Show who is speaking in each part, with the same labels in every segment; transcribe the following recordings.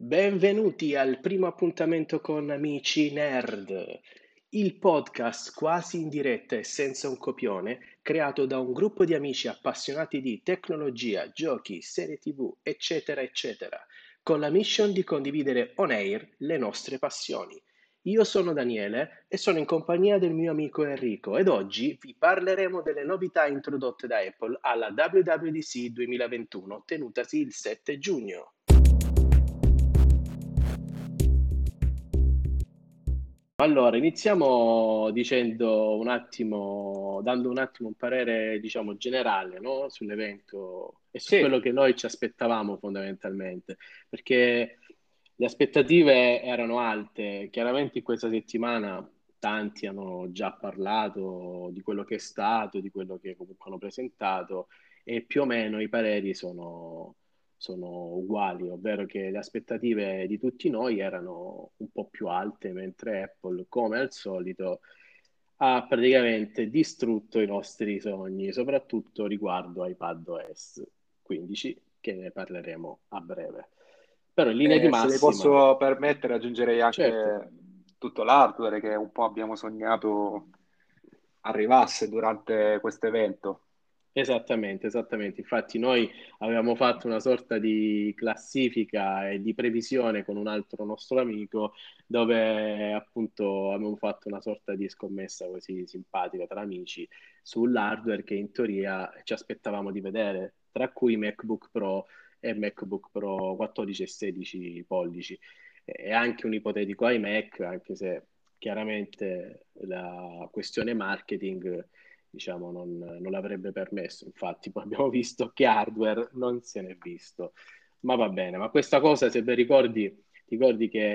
Speaker 1: Benvenuti al primo appuntamento con Amici Nerd, il podcast quasi in diretta e senza un copione, creato da un gruppo di amici appassionati di tecnologia, giochi, serie TV, eccetera, eccetera, con la mission di condividere on air le nostre passioni. Io sono Daniele e sono in compagnia del mio amico Enrico ed oggi vi parleremo delle novità introdotte da Apple alla WWDC 2021 tenutasi il 7 giugno. Allora, iniziamo dicendo un attimo, dando un attimo un parere, diciamo, generale, no? Sull'evento e su
Speaker 2: Sì,
Speaker 1: quello che noi ci aspettavamo fondamentalmente, perché le aspettative erano alte. Chiaramente in questa settimana tanti hanno già parlato di quello che è stato, di quello che comunque hanno presentato e più o meno i pareri sono uguali, ovvero che le aspettative di tutti noi erano un po' più alte, mentre Apple, come al solito, ha praticamente distrutto i nostri sogni, soprattutto riguardo iPadOS 15, che ne parleremo a breve. Però in linea di
Speaker 2: se mi
Speaker 1: massima,
Speaker 2: posso permettere, aggiungerei
Speaker 1: certo.
Speaker 2: anche tutto l'hardware che un po' abbiamo sognato arrivasse durante questo evento.
Speaker 1: Esattamente, esattamente. Infatti noi avevamo fatto una sorta di classifica e di previsione con un altro nostro amico dove appunto avevamo fatto una sorta di scommessa così simpatica tra amici sull'hardware che in teoria ci aspettavamo di vedere, tra cui MacBook Pro e MacBook Pro 14 e 16 pollici e anche un ipotetico iMac, anche se chiaramente la questione marketing diciamo, non l'avrebbe permesso. Infatti, poi abbiamo visto che hardware non se n'è visto. Ma va bene, ma questa cosa, se ben ricordi che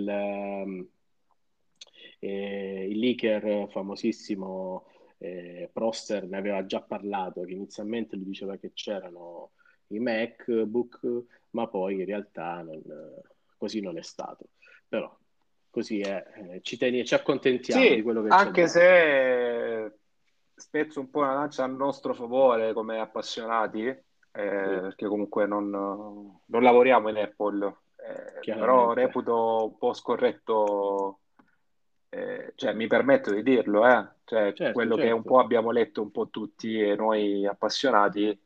Speaker 1: il leaker famosissimo Proster ne aveva già parlato, che inizialmente lui diceva che c'erano i MacBook, ma poi in realtà così non è stato. Però così è, ci accontentiamo di
Speaker 2: Sì,
Speaker 1: quello che ci ha
Speaker 2: anche
Speaker 1: detto.
Speaker 2: se spezzo un po' una lancia a nostro favore come appassionati,
Speaker 1: Sì,
Speaker 2: perché comunque non lavoriamo in Apple, però
Speaker 1: chiaramente.
Speaker 2: reputo un po' scorretto, cioè mi permetto di dirlo, cioè
Speaker 1: Certo,
Speaker 2: quello che un
Speaker 1: certo.
Speaker 2: po' abbiamo letto un po' tutti e noi appassionati,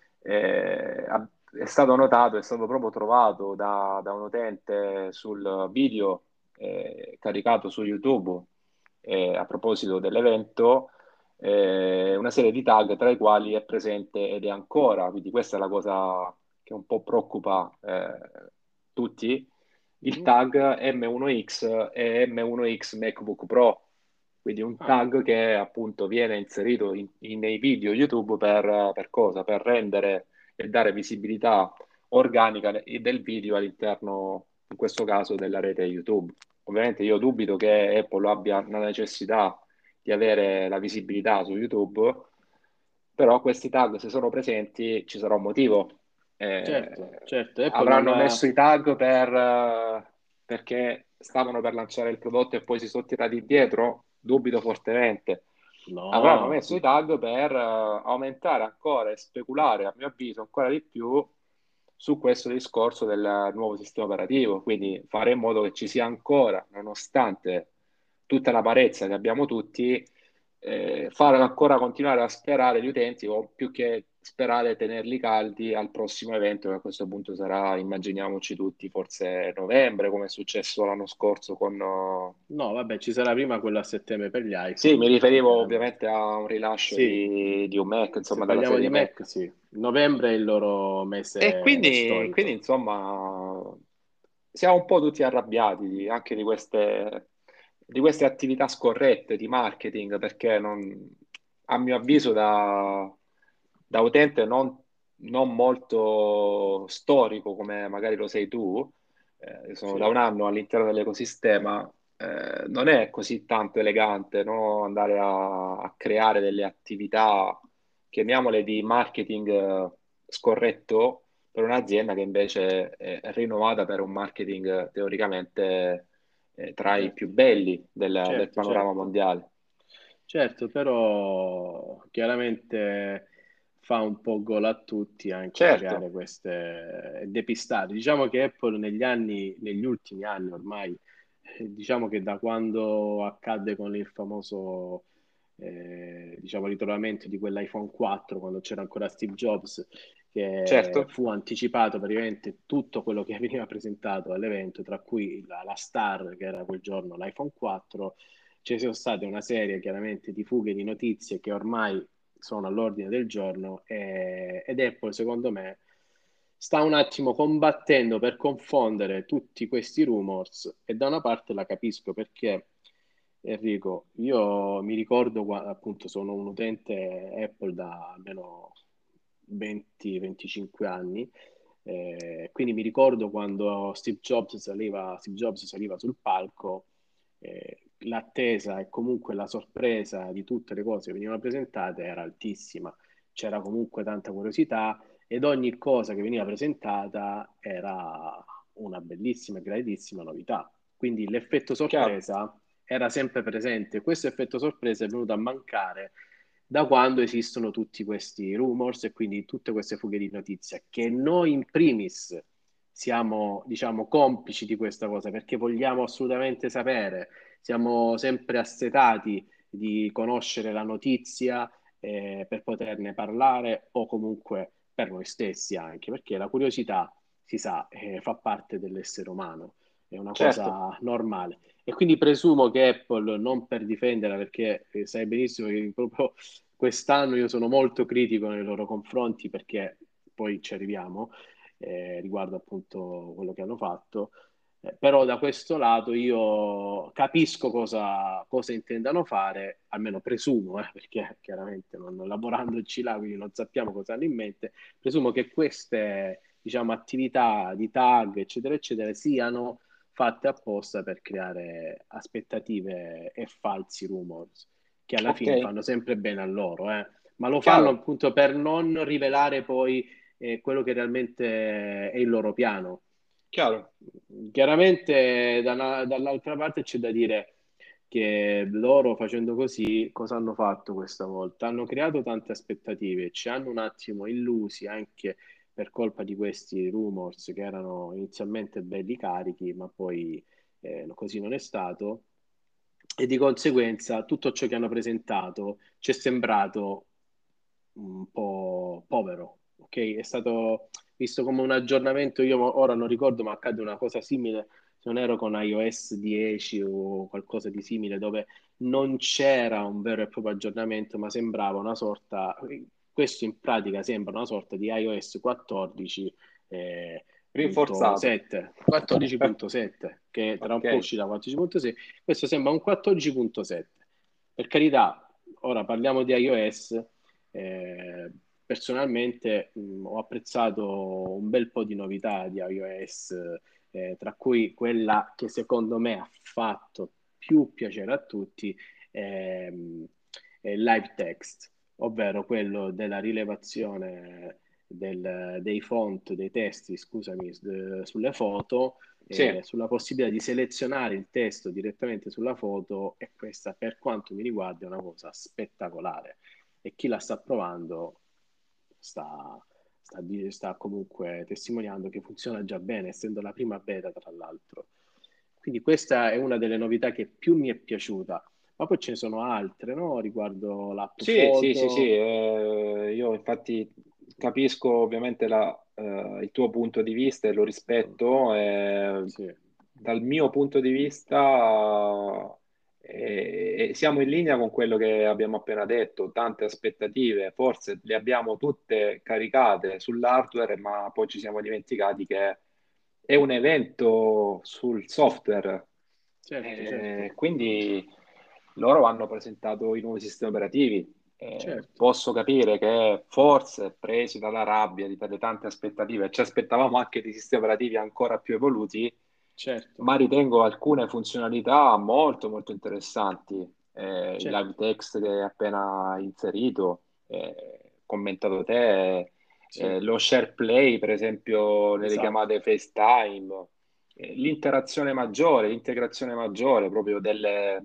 Speaker 2: è stato notato, è stato proprio trovato da un utente sul video caricato su YouTube a proposito dell'evento, una serie di tag tra i quali è presente ed è ancora, quindi questa è la cosa che un po' preoccupa tutti, il
Speaker 1: Mhm.
Speaker 2: tag M1X e M1X MacBook Pro, quindi un
Speaker 1: Ah,
Speaker 2: tag che appunto viene inserito nei video YouTube per cosa? Per rendere e dare visibilità organica del video all'interno, in questo caso, della rete YouTube. Ovviamente io dubito che Apple abbia la necessità di avere la visibilità su YouTube, però questi tag se sono presenti ci sarà un motivo.
Speaker 1: certo, certo. Apple non
Speaker 2: Avranno
Speaker 1: ha...
Speaker 2: messo i tag perché stavano per lanciare il prodotto e poi si sono tirati indietro? Dubito fortemente. Avranno
Speaker 1: No,
Speaker 2: messo i tag per aumentare ancora e speculare, a mio avviso, ancora di più su questo discorso del nuovo sistema operativo. Quindi fare in modo che ci sia ancora, nonostante tutta l'amarezza che abbiamo tutti, fare ancora continuare a sperare gli utenti o più che sperare tenerli caldi al prossimo evento che a questo punto sarà, immaginiamoci tutti, forse novembre, come è successo l'anno scorso con...
Speaker 1: no, vabbè, ci sarà prima quello a settembre per gli
Speaker 2: Sì, mi
Speaker 1: iPhone,
Speaker 2: riferivo
Speaker 1: chiaramente.
Speaker 2: ovviamente a un rilascio
Speaker 1: Sì,
Speaker 2: di un Mac,
Speaker 1: se
Speaker 2: insomma, della
Speaker 1: parliamo di
Speaker 2: serie
Speaker 1: Mac,
Speaker 2: Mac.
Speaker 1: sì. Novembre è il loro
Speaker 2: E
Speaker 1: mese
Speaker 2: quindi
Speaker 1: storico.
Speaker 2: insomma, siamo un po' tutti arrabbiati anche di queste attività scorrette di marketing, perché a mio avviso da utente non molto storico come magari lo sei tu, io sono da
Speaker 1: Sì,
Speaker 2: un anno all'interno dell'ecosistema, non è così tanto elegante, no? Andare a creare delle attività, chiamiamole di marketing scorretto per un'azienda che invece è rinomata per un marketing teoricamente tra i più
Speaker 1: certo,
Speaker 2: belli del
Speaker 1: certo,
Speaker 2: panorama
Speaker 1: certo.
Speaker 2: mondiale.
Speaker 1: Certo, però chiaramente fa un po' gol a tutti anche
Speaker 2: Certo,
Speaker 1: creare queste depistare. Diciamo che Apple negli ultimi anni ormai, diciamo che da quando accadde con il famoso diciamo, ritrovamento di quell'iPhone 4, quando c'era ancora Steve Jobs, che
Speaker 2: certo,
Speaker 1: fu anticipato praticamente tutto quello che veniva presentato all'evento, tra cui la star che era quel giorno l'iPhone 4. Ci sono state una serie chiaramente di fughe di notizie che ormai sono all'ordine del giorno ed Apple secondo me sta un attimo combattendo per confondere tutti questi rumors e da una parte la capisco perché Enrico, io mi ricordo appunto sono un utente Apple da almeno 20-25 anni, quindi mi ricordo quando Steve Jobs saliva sul palco, l'attesa e comunque la sorpresa di tutte le cose che venivano presentate era altissima, c'era comunque tanta curiosità ed ogni cosa che veniva presentata era una bellissima e graditissima novità. Quindi l'effetto
Speaker 2: chiaro,
Speaker 1: sorpresa era sempre presente. Questo effetto sorpresa è venuto a mancare da quando esistono tutti questi rumors e quindi tutte queste fughe di notizia, che noi in primis siamo, diciamo, complici di questa cosa perché vogliamo assolutamente sapere, siamo sempre assetati di conoscere la notizia per poterne parlare o comunque per noi stessi anche, perché la curiosità, si sa, fa parte dell'essere umano, è una
Speaker 2: certo.
Speaker 1: cosa normale. E quindi presumo che Apple, non per difenderla, perché sai benissimo che proprio quest'anno io sono molto critico nei loro confronti, perché poi ci arriviamo, riguardo appunto quello che hanno fatto. Però da questo lato io capisco cosa intendano fare, almeno presumo, perché chiaramente non lavorandoci là, quindi non sappiamo cosa hanno in mente, presumo che queste, diciamo, attività di tag, eccetera, eccetera, siano fatte apposta per creare aspettative e falsi rumors, che alla
Speaker 2: Ok,
Speaker 1: fine fanno sempre bene a loro, ma lo fanno
Speaker 2: chiaro,
Speaker 1: appunto per non rivelare poi quello che realmente è il loro piano.
Speaker 2: chiaro.
Speaker 1: Chiaramente dall'altra parte c'è da dire che loro facendo così cosa hanno fatto questa volta? Hanno creato tante aspettative, ci hanno un attimo illusi anche per colpa di questi rumors che erano inizialmente belli carichi, ma poi così non è stato. E di conseguenza tutto ciò che hanno presentato ci è sembrato un po' povero, ok? È stato visto come un aggiornamento, io ora non ricordo, ma accade una cosa simile, se non ero con iOS 10 o qualcosa di simile, dove non c'era un vero e proprio aggiornamento, ma sembrava una sorta, questo in pratica sembra una sorta di iOS 14 punto
Speaker 2: Rinforzato.
Speaker 1: 7, 14.7, che tra un po'
Speaker 2: Ok,
Speaker 1: uscirà 14.6, questo sembra un 14.7. Per carità, ora parliamo di iOS. eh, Personalmente ho apprezzato un bel po' di novità di iOS, tra cui quella che secondo me ha fatto più piacere a tutti, ehm, è il live text, ovvero quello della rilevazione dei font, dei testi, scusami, sulle foto,
Speaker 2: sì,
Speaker 1: sulla possibilità di selezionare il testo direttamente sulla foto e questa per quanto mi riguarda è una cosa spettacolare e chi la sta provando sta, sta comunque testimoniando che funziona già bene, essendo la prima beta tra l'altro. Quindi questa è una delle novità che più mi è piaciuta, ma poi ce ne sono altre, no? Riguardo l'app
Speaker 2: sì, sì, sì, sì,
Speaker 1: foto.
Speaker 2: io infatti capisco ovviamente il tuo punto di vista e lo rispetto.
Speaker 1: Sì,
Speaker 2: Dal mio punto di vista siamo in linea con quello che abbiamo appena detto, tante aspettative, forse le abbiamo tutte caricate sull'hardware, ma poi ci siamo dimenticati che è un evento sul software.
Speaker 1: certo, certo,
Speaker 2: Quindi loro hanno presentato i nuovi sistemi operativi.
Speaker 1: certo,
Speaker 2: Posso capire che forse, presi dalla rabbia di per le tante aspettative, ci aspettavamo anche dei sistemi operativi ancora più evoluti,
Speaker 1: certo,
Speaker 2: ma ritengo alcune funzionalità molto molto interessanti. Il
Speaker 1: certo,
Speaker 2: live text che hai appena inserito, commentato te,
Speaker 1: sì,
Speaker 2: lo share play, per esempio, nelle
Speaker 1: esatto,
Speaker 2: chiamate FaceTime, l'interazione maggiore, l'integrazione maggiore proprio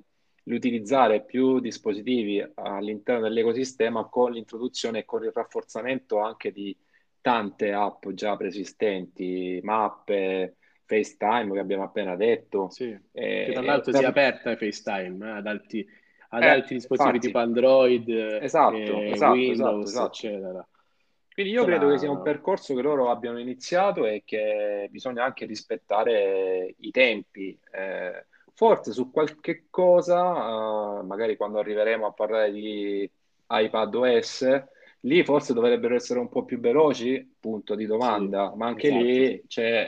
Speaker 2: l'utilizzare più dispositivi all'interno dell'ecosistema con l'introduzione e con il rafforzamento anche di tante app già preesistenti, mappe, FaceTime che abbiamo appena detto.
Speaker 1: Sì, che tra l'altro si è aperta FaceTime ad altri dispositivi tipo
Speaker 2: Infatti,
Speaker 1: Android,
Speaker 2: esatto, esatto, esatto,
Speaker 1: Windows,
Speaker 2: esatto.
Speaker 1: eccetera.
Speaker 2: Quindi io credo che sia un
Speaker 1: Sarà...
Speaker 2: percorso che loro abbiano iniziato e che bisogna anche rispettare i tempi. Forse su qualche cosa, magari quando arriveremo a parlare di iPad OS, lì forse dovrebbero essere un po' più veloci, punto di
Speaker 1: Sì,
Speaker 2: domanda, ma anche
Speaker 1: esatto.
Speaker 2: lì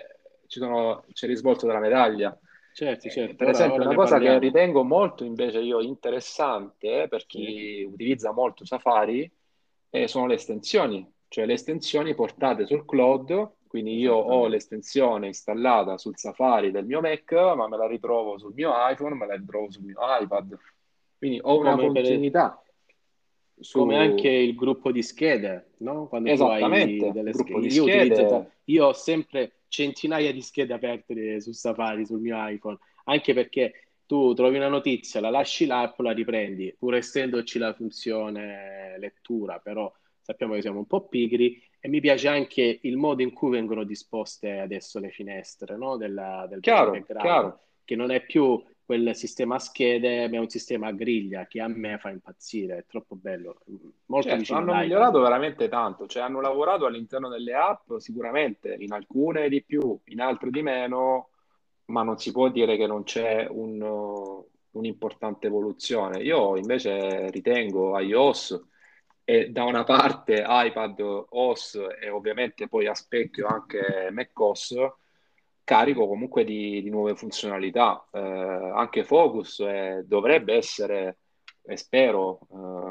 Speaker 2: c'è il risvolto della medaglia.
Speaker 1: Certo, certo,
Speaker 2: Per esempio,
Speaker 1: ora
Speaker 2: una
Speaker 1: ne
Speaker 2: cosa che
Speaker 1: parliamo.
Speaker 2: ritengo molto invece io interessante per
Speaker 1: Sì,
Speaker 2: chi utilizza molto Safari sono le estensioni, cioè le estensioni portate sul cloud. Quindi io ho
Speaker 1: esattamente.
Speaker 2: l'estensione installata sul Safari del mio Mac, ma me la ritrovo sul mio iPhone, me la ritrovo sul mio iPad. Quindi ho una
Speaker 1: Come per,
Speaker 2: continuità
Speaker 1: come anche
Speaker 2: su
Speaker 1: il gruppo di schede, no? Quando tu hai
Speaker 2: esattamente
Speaker 1: delle
Speaker 2: un
Speaker 1: schede,
Speaker 2: gruppo di
Speaker 1: io utilizzo,
Speaker 2: schede.
Speaker 1: io ho sempre centinaia di schede aperte su Safari, sul mio iPhone, anche perché tu trovi una notizia, la lasci là e poi la riprendi, pur essendoci la funzione lettura, però sappiamo che siamo un po' pigri e mi piace anche il modo in cui vengono disposte adesso le finestre, no? Del
Speaker 2: Chiaro,
Speaker 1: background,
Speaker 2: chiaro.
Speaker 1: che non è più quel sistema a schede, ma è un sistema a griglia che a me fa impazzire, è troppo bello, molto
Speaker 2: Certo,
Speaker 1: vicino
Speaker 2: hanno migliorato
Speaker 1: all'iPad.
Speaker 2: veramente tanto, cioè hanno lavorato all'interno delle app sicuramente, in alcune di più, in altre di meno, ma non si può dire che non c'è un'importante evoluzione. Io invece ritengo iOS e da una parte iPad OS e ovviamente poi a specchio anche macOS, carico comunque di nuove funzionalità. Anche Focus dovrebbe essere e spero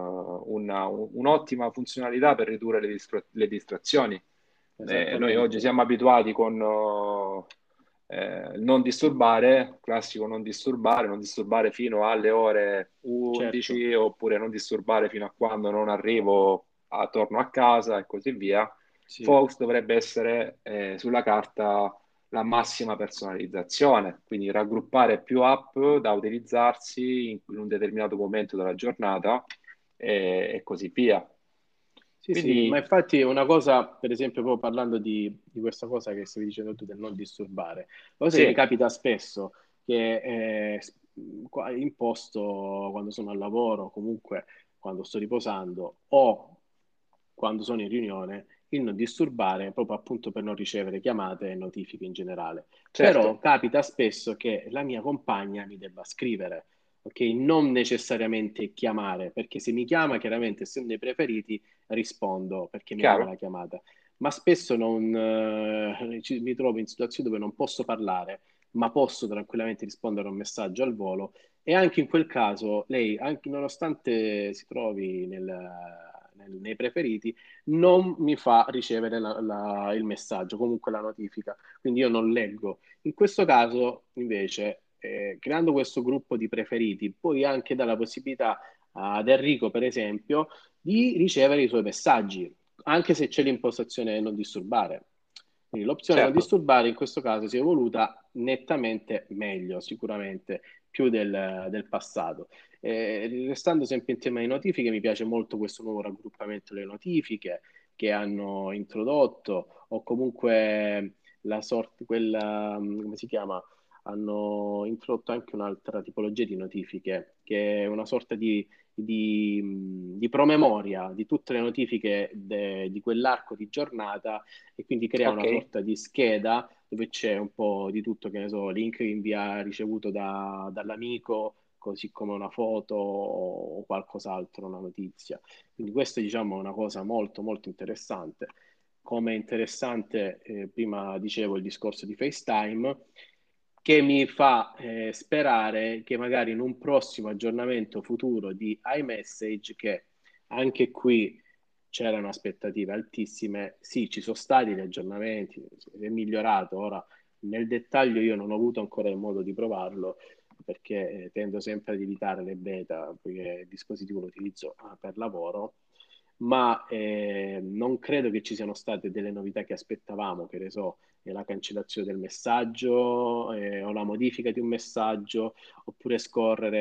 Speaker 2: un'ottima funzionalità per ridurre le distrazioni. Noi oggi
Speaker 1: Esattamente,
Speaker 2: siamo abituati con il non disturbare, classico non disturbare fino alle ore
Speaker 1: certo,
Speaker 2: 11 oppure non disturbare fino a quando non arrivo torno a casa e così via.
Speaker 1: sì.
Speaker 2: Focus dovrebbe essere sulla carta la massima personalizzazione, quindi raggruppare più app da utilizzarsi in un determinato momento della giornata e così via.
Speaker 1: Sì, sì, ma
Speaker 2: Quindi,
Speaker 1: infatti una cosa, per esempio, proprio parlando di questa cosa che stavi dicendo tu del non disturbare, la cosa che mi
Speaker 2: sì,
Speaker 1: capita spesso, che in posto quando sono al lavoro, comunque quando sto riposando o quando sono in riunione, il non disturbare proprio appunto per non ricevere chiamate e notifiche in generale. Però
Speaker 2: certo,
Speaker 1: capita spesso che la mia compagna mi debba scrivere, ok? Non necessariamente chiamare, perché se mi chiama, chiaramente, essendo i preferiti, rispondo perché mi arriva la
Speaker 2: chiaro,
Speaker 1: chiamata. Ma spesso non, mi trovo in situazioni dove non posso parlare, ma posso tranquillamente rispondere a un messaggio al volo. E anche in quel caso, lei, anche nonostante si trovi nei preferiti, non mi fa ricevere il messaggio, comunque la notifica. Quindi io non leggo. In questo caso, invece, creando questo gruppo di preferiti, poi anche dà la possibilità ad Enrico, per esempio, di ricevere i suoi messaggi, anche se c'è l'impostazione non disturbare. Quindi l'opzione non
Speaker 2: certo.
Speaker 1: disturbare in questo caso si è evoluta nettamente meglio, sicuramente più del passato. Restando sempre in tema di notifiche, mi piace molto questo nuovo raggruppamento delle notifiche che hanno introdotto, o comunque la sorta, quella, come si chiama? Hanno introdotto anche un'altra tipologia di notifiche, che è una sorta di promemoria di tutte le notifiche di quell'arco di giornata e quindi crea
Speaker 2: Ok,
Speaker 1: una sorta di scheda dove c'è un po' di tutto, che ne so, link che invia ricevuto dall'amico, così come una foto o qualcos'altro, una notizia. Quindi questa diciamo è una cosa molto molto interessante. Come interessante, prima dicevo il discorso di FaceTime, che mi fa sperare che magari in un prossimo aggiornamento futuro di iMessage, che anche qui c'erano aspettative altissime, sì, ci sono stati gli aggiornamenti, è migliorato. Ora, nel dettaglio io non ho avuto ancora il modo di provarlo, perché tendo sempre ad evitare le beta, perché il dispositivo lo utilizzo per lavoro, ma non credo che ci siano state delle novità che aspettavamo, che ne so, la cancellazione del messaggio o la modifica di un messaggio, oppure scorrere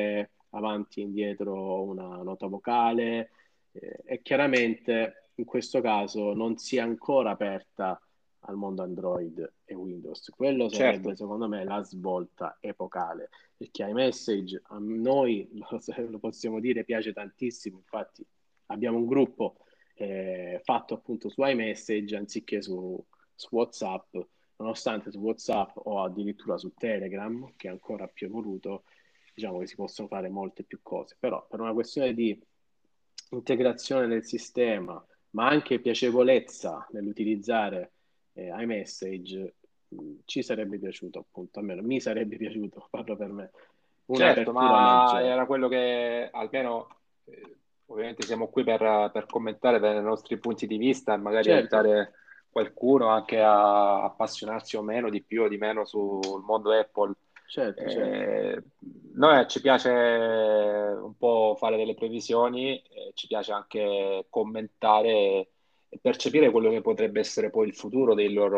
Speaker 1: avanti e indietro una nota vocale, e chiaramente in questo caso non si è ancora aperta al mondo Android e Windows. Quello sarebbe,
Speaker 2: certo,
Speaker 1: secondo me, la svolta epocale, perché iMessage a noi, lo possiamo dire, piace tantissimo. Infatti abbiamo un gruppo fatto appunto su iMessage anziché su WhatsApp, nonostante su WhatsApp o addirittura su Telegram, che è ancora più evoluto, diciamo che si possono fare molte più cose. Però per una questione di integrazione del sistema, ma anche piacevolezza nell'utilizzare iMessage, ci sarebbe piaciuto, appunto, almeno mi sarebbe piaciuto, parlo per me,
Speaker 2: certo,
Speaker 1: un'apertura
Speaker 2: ma
Speaker 1: maggiore.
Speaker 2: era quello che almeno, ovviamente siamo qui per commentare dai nostri punti di vista e magari
Speaker 1: Certo,
Speaker 2: aiutare qualcuno anche a appassionarsi o meno di più o di meno sul mondo Apple.
Speaker 1: certo, certo.
Speaker 2: Eh, Noi ci piace un po' fare delle previsioni, ci piace anche commentare e percepire quello che potrebbe essere poi il futuro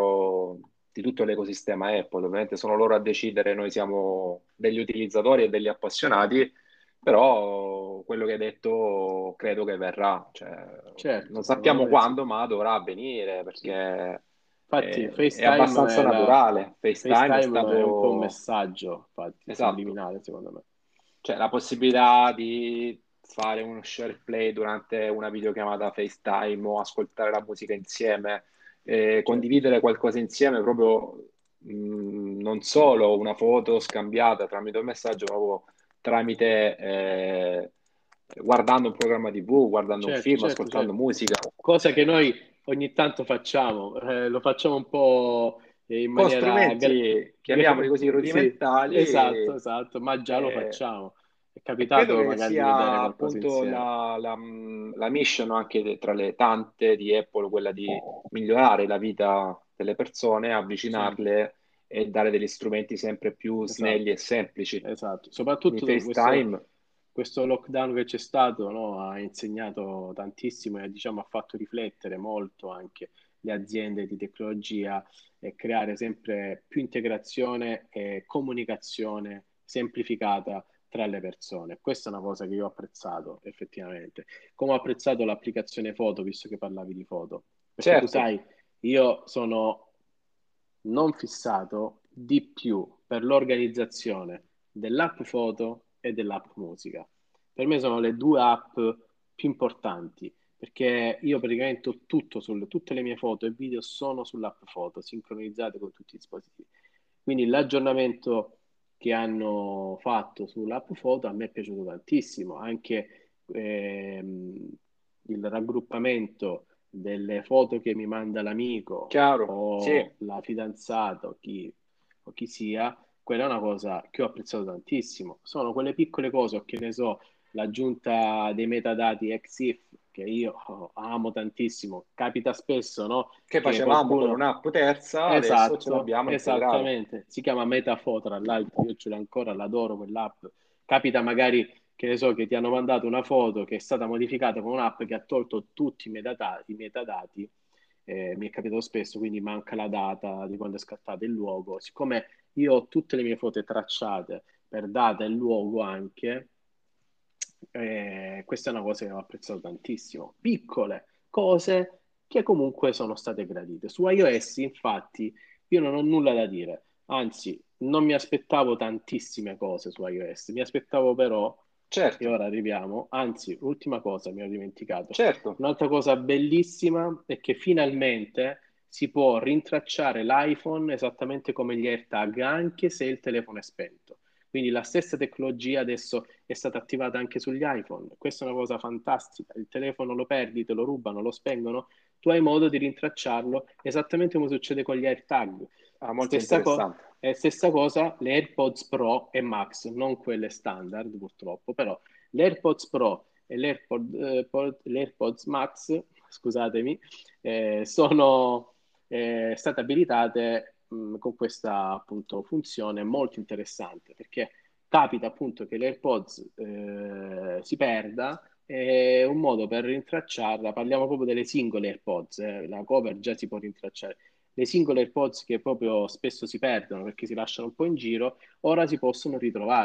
Speaker 2: di tutto l'ecosistema Apple. Ovviamente sono loro a decidere, noi siamo degli utilizzatori e degli appassionati, però quello che hai detto credo che verrà. Cioè, non
Speaker 1: Certo, secondo
Speaker 2: sappiamo
Speaker 1: me sì.
Speaker 2: quando, ma dovrà avvenire
Speaker 1: Sì.
Speaker 2: perché
Speaker 1: Infatti,
Speaker 2: è abbastanza naturale. FaceTime è
Speaker 1: FaceTime è un po' un
Speaker 2: stato
Speaker 1: messaggio, infatti,
Speaker 2: esatto.
Speaker 1: subliminale, secondo me.
Speaker 2: Cioè, la possibilità di fare uno share play durante una videochiamata FaceTime o ascoltare la musica insieme,
Speaker 1: Certo,
Speaker 2: condividere
Speaker 1: certo.
Speaker 2: qualcosa insieme proprio non solo una foto scambiata tramite un messaggio, ma proprio tramite guardando un programma TV, guardando un
Speaker 1: Certo,
Speaker 2: film,
Speaker 1: certo,
Speaker 2: ascoltando
Speaker 1: certo.
Speaker 2: musica.
Speaker 1: Cosa che noi ogni tanto facciamo, lo facciamo un po' in
Speaker 2: Con
Speaker 1: maniera...
Speaker 2: strumenti, chiamiamoli così,
Speaker 1: sì,
Speaker 2: rudimentali.
Speaker 1: esatto, esatto, ma già lo
Speaker 2: Eh,
Speaker 1: facciamo. È
Speaker 2: E credo
Speaker 1: capitato
Speaker 2: che
Speaker 1: magari di vedere
Speaker 2: sia
Speaker 1: qualcosa
Speaker 2: appunto
Speaker 1: insieme.
Speaker 2: la mission anche tra le tante di Apple, quella di migliorare la vita delle persone,
Speaker 1: Sempre,
Speaker 2: avvicinarle e dare degli strumenti sempre più snelli
Speaker 1: esatto.
Speaker 2: e semplici.
Speaker 1: Esatto,
Speaker 2: Quindi
Speaker 1: soprattutto
Speaker 2: FaceTime,
Speaker 1: questo lockdown che c'è stato, no, ha insegnato tantissimo e diciamo, ha fatto riflettere molto anche le aziende di tecnologia e creare sempre più integrazione e comunicazione semplificata tra le persone. Questa è una cosa che io ho apprezzato effettivamente, come ho apprezzato l'applicazione foto, visto che parlavi di foto, perché tu
Speaker 2: certo,
Speaker 1: sai, io sono non fissato di più per l'organizzazione dell'app foto e dell'app musica. Per me sono le due app più importanti perché io praticamente ho tutto tutte le mie foto e video sono sull'app foto, sincronizzate con tutti i dispositivi. Quindi l'aggiornamento che hanno fatto sull'app foto a me è piaciuto tantissimo, anche il raggruppamento delle foto che mi manda l'amico
Speaker 2: chiaro, sì.
Speaker 1: o la fidanzata o chi sia, quella è una cosa che ho apprezzato tantissimo. Sono quelle piccole cose, o che ne so, l'aggiunta dei metadati EXIF che io amo tantissimo. Capita spesso, no?
Speaker 2: Che
Speaker 1: Che
Speaker 2: facevamo con
Speaker 1: qualcuno...
Speaker 2: un'app terza, adesso ce
Speaker 1: Esatto,
Speaker 2: l'abbiamo integrata.
Speaker 1: esattamente. Si chiama Metafo, tra l'altro, io ce l'ho ancora, l'adoro quell'app. Capita magari che ne so che ti hanno mandato una foto che è stata modificata con un'app che ha tolto tutti i metadati. Mi è capitato spesso, quindi manca la data di quando è scattato il luogo. Siccome io ho tutte le mie foto tracciate per data e luogo anche, questa è una cosa che ho apprezzato tantissimo. Piccole cose che comunque sono state gradite. Su iOS, infatti, io non ho nulla da dire, anzi, non mi aspettavo tantissime cose su iOS, mi aspettavo però, e
Speaker 2: Certo,
Speaker 1: ora arriviamo, anzi, l'ultima cosa mi ho dimenticato.
Speaker 2: certo.
Speaker 1: Un'altra cosa bellissima è che finalmente si può rintracciare l'iPhone esattamente come gli AirTag, anche se il telefono è spento. Quindi la stessa tecnologia adesso è stata attivata anche sugli iPhone. Questa è una cosa fantastica. Il telefono lo perdi, te lo rubano, lo spengono, tu hai modo di rintracciarlo esattamente come succede con gli AirTag.
Speaker 2: Ah, molto
Speaker 1: Stessa,
Speaker 2: interessante.
Speaker 1: stessa cosa le AirPods Pro e Max, non quelle standard purtroppo, però le AirPods Pro e le AirPods Max, scusatemi, sono state abilitate con questa appunto funzione molto interessante perché capita appunto che l'AirPods si perda, è un modo per rintracciarla, parliamo proprio delle singole AirPods, la cover già si può rintracciare. Le singole AirPods che proprio spesso si perdono perché si lasciano un po' in giro, ora si possono ritrovare.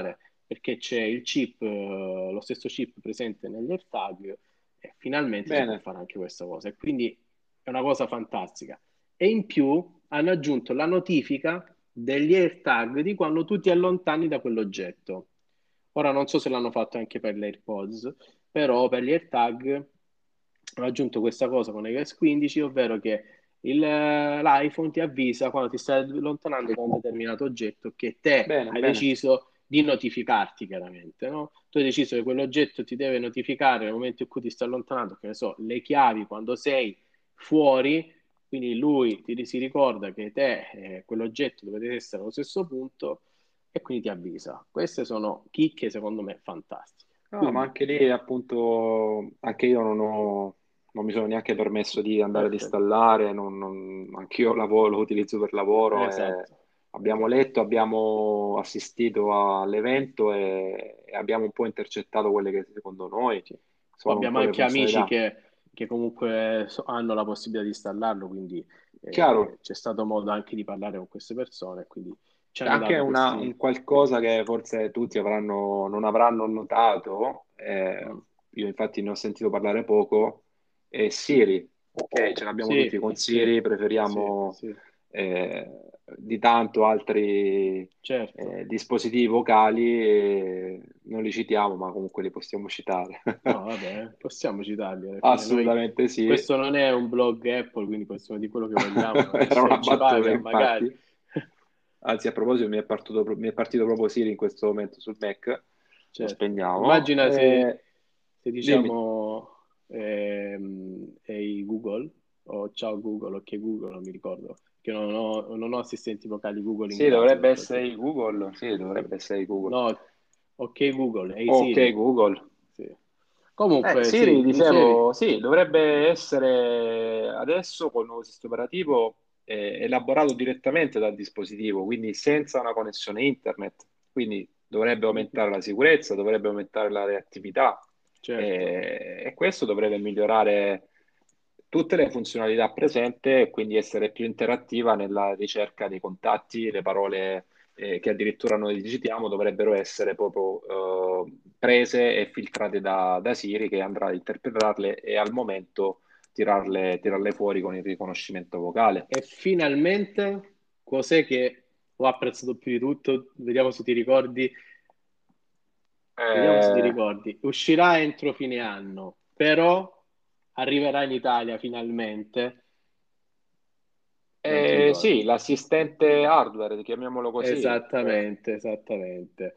Speaker 1: perché c'è il chip, lo stesso chip presente negli AirTag e finalmente si può
Speaker 2: Bene,
Speaker 1: fare anche questa cosa. E quindi è una cosa fantastica. E in più hanno aggiunto la notifica degli AirTag di quando tu ti allontani da quell'oggetto. Ora non so se l'hanno fatto anche per le AirPods, però per gli AirTag hanno aggiunto questa cosa con iOS 15, ovvero che l'iPhone ti avvisa quando ti stai allontanando da un determinato oggetto che te
Speaker 2: bene,
Speaker 1: hai
Speaker 2: bene.
Speaker 1: deciso di notificarti chiaramente, no? Tu hai deciso che quell'oggetto ti deve notificare nel momento in cui ti stai allontanando, che ne so, le chiavi quando sei fuori, quindi lui si ricorda che te quell'oggetto dovete essere allo stesso punto e quindi ti avvisa. Queste sono chicche secondo me fantastiche.
Speaker 2: No, ma
Speaker 1: Quindi,
Speaker 2: anche lì appunto, anche io non mi sono neanche permesso di andare ad
Speaker 1: perfetto.
Speaker 2: installare, anch'io lo utilizzo per lavoro e
Speaker 1: Esatto,
Speaker 2: abbiamo
Speaker 1: esatto.
Speaker 2: letto, abbiamo assistito all'evento e abbiamo un po' intercettato quelle che secondo noi
Speaker 1: Sì. Poi
Speaker 2: sono un
Speaker 1: abbiamo
Speaker 2: po' le
Speaker 1: anche amici
Speaker 2: funzionalità.
Speaker 1: che comunque hanno la possibilità di installarlo, quindi
Speaker 2: Chiaro,
Speaker 1: c'è stato modo anche di parlare con queste persone, quindi ci
Speaker 2: c'è
Speaker 1: hanno
Speaker 2: anche
Speaker 1: dato questi...
Speaker 2: un qualcosa che forse tutti non avranno notato,
Speaker 1: Mm,
Speaker 2: io infatti ne ho sentito parlare poco, è Siri. Ok, ce l'abbiamo tutti
Speaker 1: sì,
Speaker 2: con
Speaker 1: sì,
Speaker 2: Siri,
Speaker 1: sì,
Speaker 2: preferiamo
Speaker 1: sì,
Speaker 2: eh, di tanto altri
Speaker 1: certo.
Speaker 2: dispositivi vocali, e non li citiamo, ma comunque li possiamo citare.
Speaker 1: No, vabbè, possiamo citarli alla fine. Noi,
Speaker 2: Assolutamente sì.
Speaker 1: questo non è un blog Apple, quindi possiamo dire quello che vogliamo,
Speaker 2: Era una
Speaker 1: nessuno ci
Speaker 2: battuta,
Speaker 1: paga, magari.
Speaker 2: infatti. Anzi, a proposito, mi è partito proprio Siri in questo momento sul Mac. Lo
Speaker 1: Certo.
Speaker 2: spegniamo.
Speaker 1: Immagina se
Speaker 2: Dimmi.
Speaker 1: diciamo Ehi Google o Ciao Google o che Google, non mi ricordo, che non ho assistenti vocali Google in
Speaker 2: Sì,
Speaker 1: casa
Speaker 2: dovrebbe
Speaker 1: per quel tipo.
Speaker 2: essere Google. Sì,
Speaker 1: Sì.
Speaker 2: dovrebbe essere Google.
Speaker 1: No, ok Google, Ehi
Speaker 2: Ok,
Speaker 1: Siri.
Speaker 2: Google.
Speaker 1: Sì. Comunque,
Speaker 2: Siri,
Speaker 1: sì, dicevi.
Speaker 2: dicevo, sì, dovrebbe essere adesso col nuovo sistema operativo elaborato direttamente dal dispositivo, quindi senza una connessione internet. Quindi dovrebbe
Speaker 1: Mhm.
Speaker 2: aumentare la sicurezza, dovrebbe aumentare la reattività
Speaker 1: Certo.
Speaker 2: e questo dovrebbe migliorare tutte le funzionalità presenti e quindi essere più interattiva nella ricerca dei contatti, le parole che addirittura noi digitiamo dovrebbero essere proprio prese e filtrate da Siri che andrà ad interpretarle e al momento tirarle fuori con il riconoscimento vocale.
Speaker 1: E finalmente, cos'è che ho apprezzato più di tutto? Vediamo se ti
Speaker 2: Eh,
Speaker 1: ricordi. Uscirà entro fine anno, però arriverà in Italia finalmente. Non ti
Speaker 2: sì,
Speaker 1: ricordi?
Speaker 2: l'assistente hardware, chiamiamolo così.
Speaker 1: Esattamente, esattamente.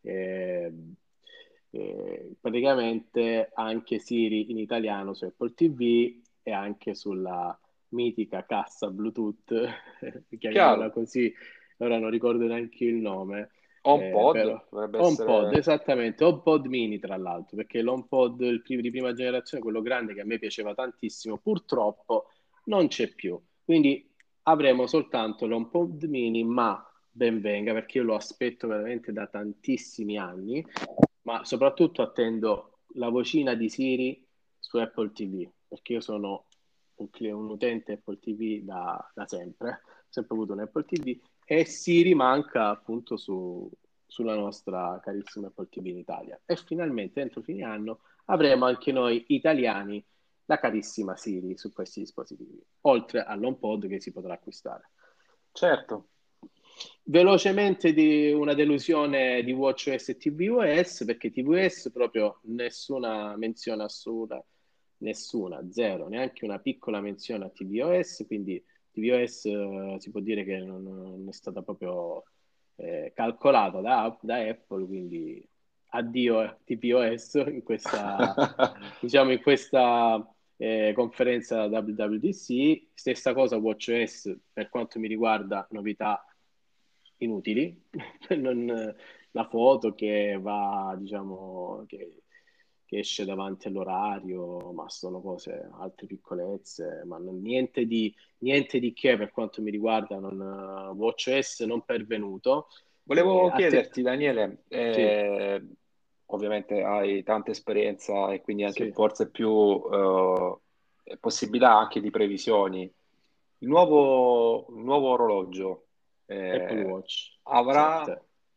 Speaker 1: Praticamente anche Siri in italiano su Apple TV e anche sulla mitica cassa Bluetooth, chiamiamola
Speaker 2: Chiaro,
Speaker 1: così, ora non ricordo neanche il nome, però
Speaker 2: HomePod dovrebbe
Speaker 1: HomePod,
Speaker 2: essere...
Speaker 1: esattamente, HomePod mini tra l'altro, perché l'HomePod di prima generazione, quello grande che a me piaceva tantissimo, purtroppo non c'è più. Quindi avremo soltanto l'HomePod mini, ma ben venga perché io lo aspetto veramente da tantissimi anni, ma soprattutto attendo la vocina di Siri su Apple TV, perché io sono un utente Apple TV da sempre, ho sempre avuto un Apple TV e Siri manca appunto sulla nostra carissima Apple TV in Italia. E finalmente entro fine anno avremo anche noi italiani la carissima Siri su questi dispositivi, oltre all'HomePod che si potrà acquistare.
Speaker 2: Certo.
Speaker 1: Velocemente di una delusione di WatchOS e tvOS, perché tvOS proprio nessuna menzione assoluta, nessuna, zero, neanche una piccola menzione a tvOS, quindi tvOS si può dire che non è stata proprio calcolata da Apple, quindi addio tvOS in questa, diciamo, in questa conferenza WWDC. Stessa cosa WatchOS per quanto mi riguarda, novità inutili. Non- la foto che va, diciamo, che esce davanti all'orario, ma sono cose, altre piccolezze, ma niente di che per quanto mi riguarda, WatchOS non pervenuto.
Speaker 2: Volevo
Speaker 1: A te,
Speaker 2: chiederti, Daniele,
Speaker 1: sì,
Speaker 2: ovviamente hai tanta esperienza e quindi anche
Speaker 1: sì,
Speaker 2: forse più possibilità anche di previsioni. Il nuovo orologio
Speaker 1: Apple
Speaker 2: eh,
Speaker 1: Watch
Speaker 2: avrà
Speaker 1: 7.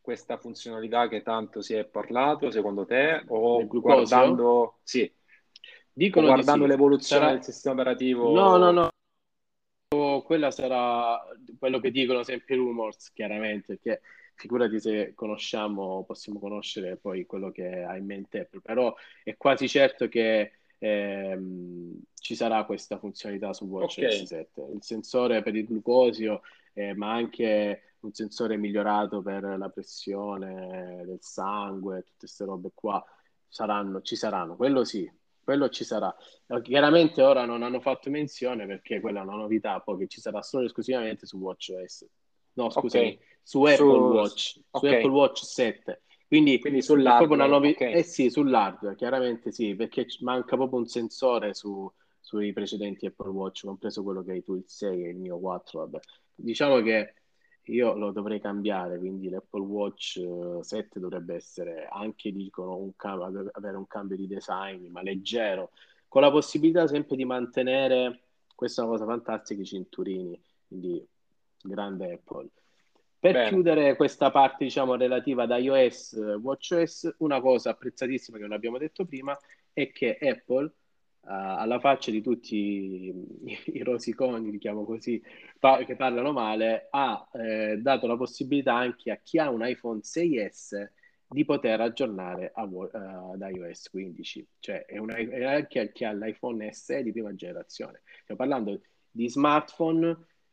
Speaker 2: questa funzionalità che tanto si è parlato, secondo te,
Speaker 1: Del glucosio?
Speaker 2: sì, o
Speaker 1: Dicono di
Speaker 2: guardando
Speaker 1: sì.
Speaker 2: l'evoluzione del
Speaker 1: Sarà...
Speaker 2: sistema
Speaker 1: No, no,
Speaker 2: operativo?
Speaker 1: no, quella sarà quello che dicono sempre i rumors, chiaramente, che figurati se conosciamo, possiamo conoscere poi quello che ha in mente Apple, però è quasi certo che ci sarà questa funzionalità su
Speaker 2: Ok,
Speaker 1: WatchOS 7. Il sensore per il glucosio, ma anche un sensore migliorato per la pressione del sangue, tutte queste robe qua ci saranno, quello sì, quello ci sarà. Chiaramente ora non hanno fatto menzione perché quella è una novità, poi che ci sarà solo e esclusivamente su WatchOS. No,
Speaker 2: ok,
Speaker 1: scusami,
Speaker 2: su,
Speaker 1: Su Apple
Speaker 2: ok,
Speaker 1: Watch 7. Quindi
Speaker 2: quindi
Speaker 1: è proprio una
Speaker 2: sull'hardware,
Speaker 1: novità.
Speaker 2: ok,
Speaker 1: Eh sì, sull'hardware, chiaramente sì, perché manca proprio un sensore sui precedenti Apple Watch, compreso quello che hai tu, il 6 e il mio 4, vabbè. Diciamo che io lo dovrei cambiare, quindi l'Apple Watch 7 dovrebbe essere anche, dicono, avere un cambio di design, ma leggero, con la possibilità sempre di mantenere, questa è una cosa fantastica, i cinturini, quindi grande Apple. Per
Speaker 2: bene,
Speaker 1: chiudere questa parte, diciamo, relativa ad iOS, WatchOS, una cosa apprezzatissima che non abbiamo detto prima è che Apple, alla faccia di tutti i rosiconi, diciamo così, che parlano male, ha dato la possibilità anche a chi ha un iPhone 6S di poter aggiornare ad iOS 15, cioè è anche a chi ha l'iPhone SE di prima generazione. Stiamo parlando di smartphone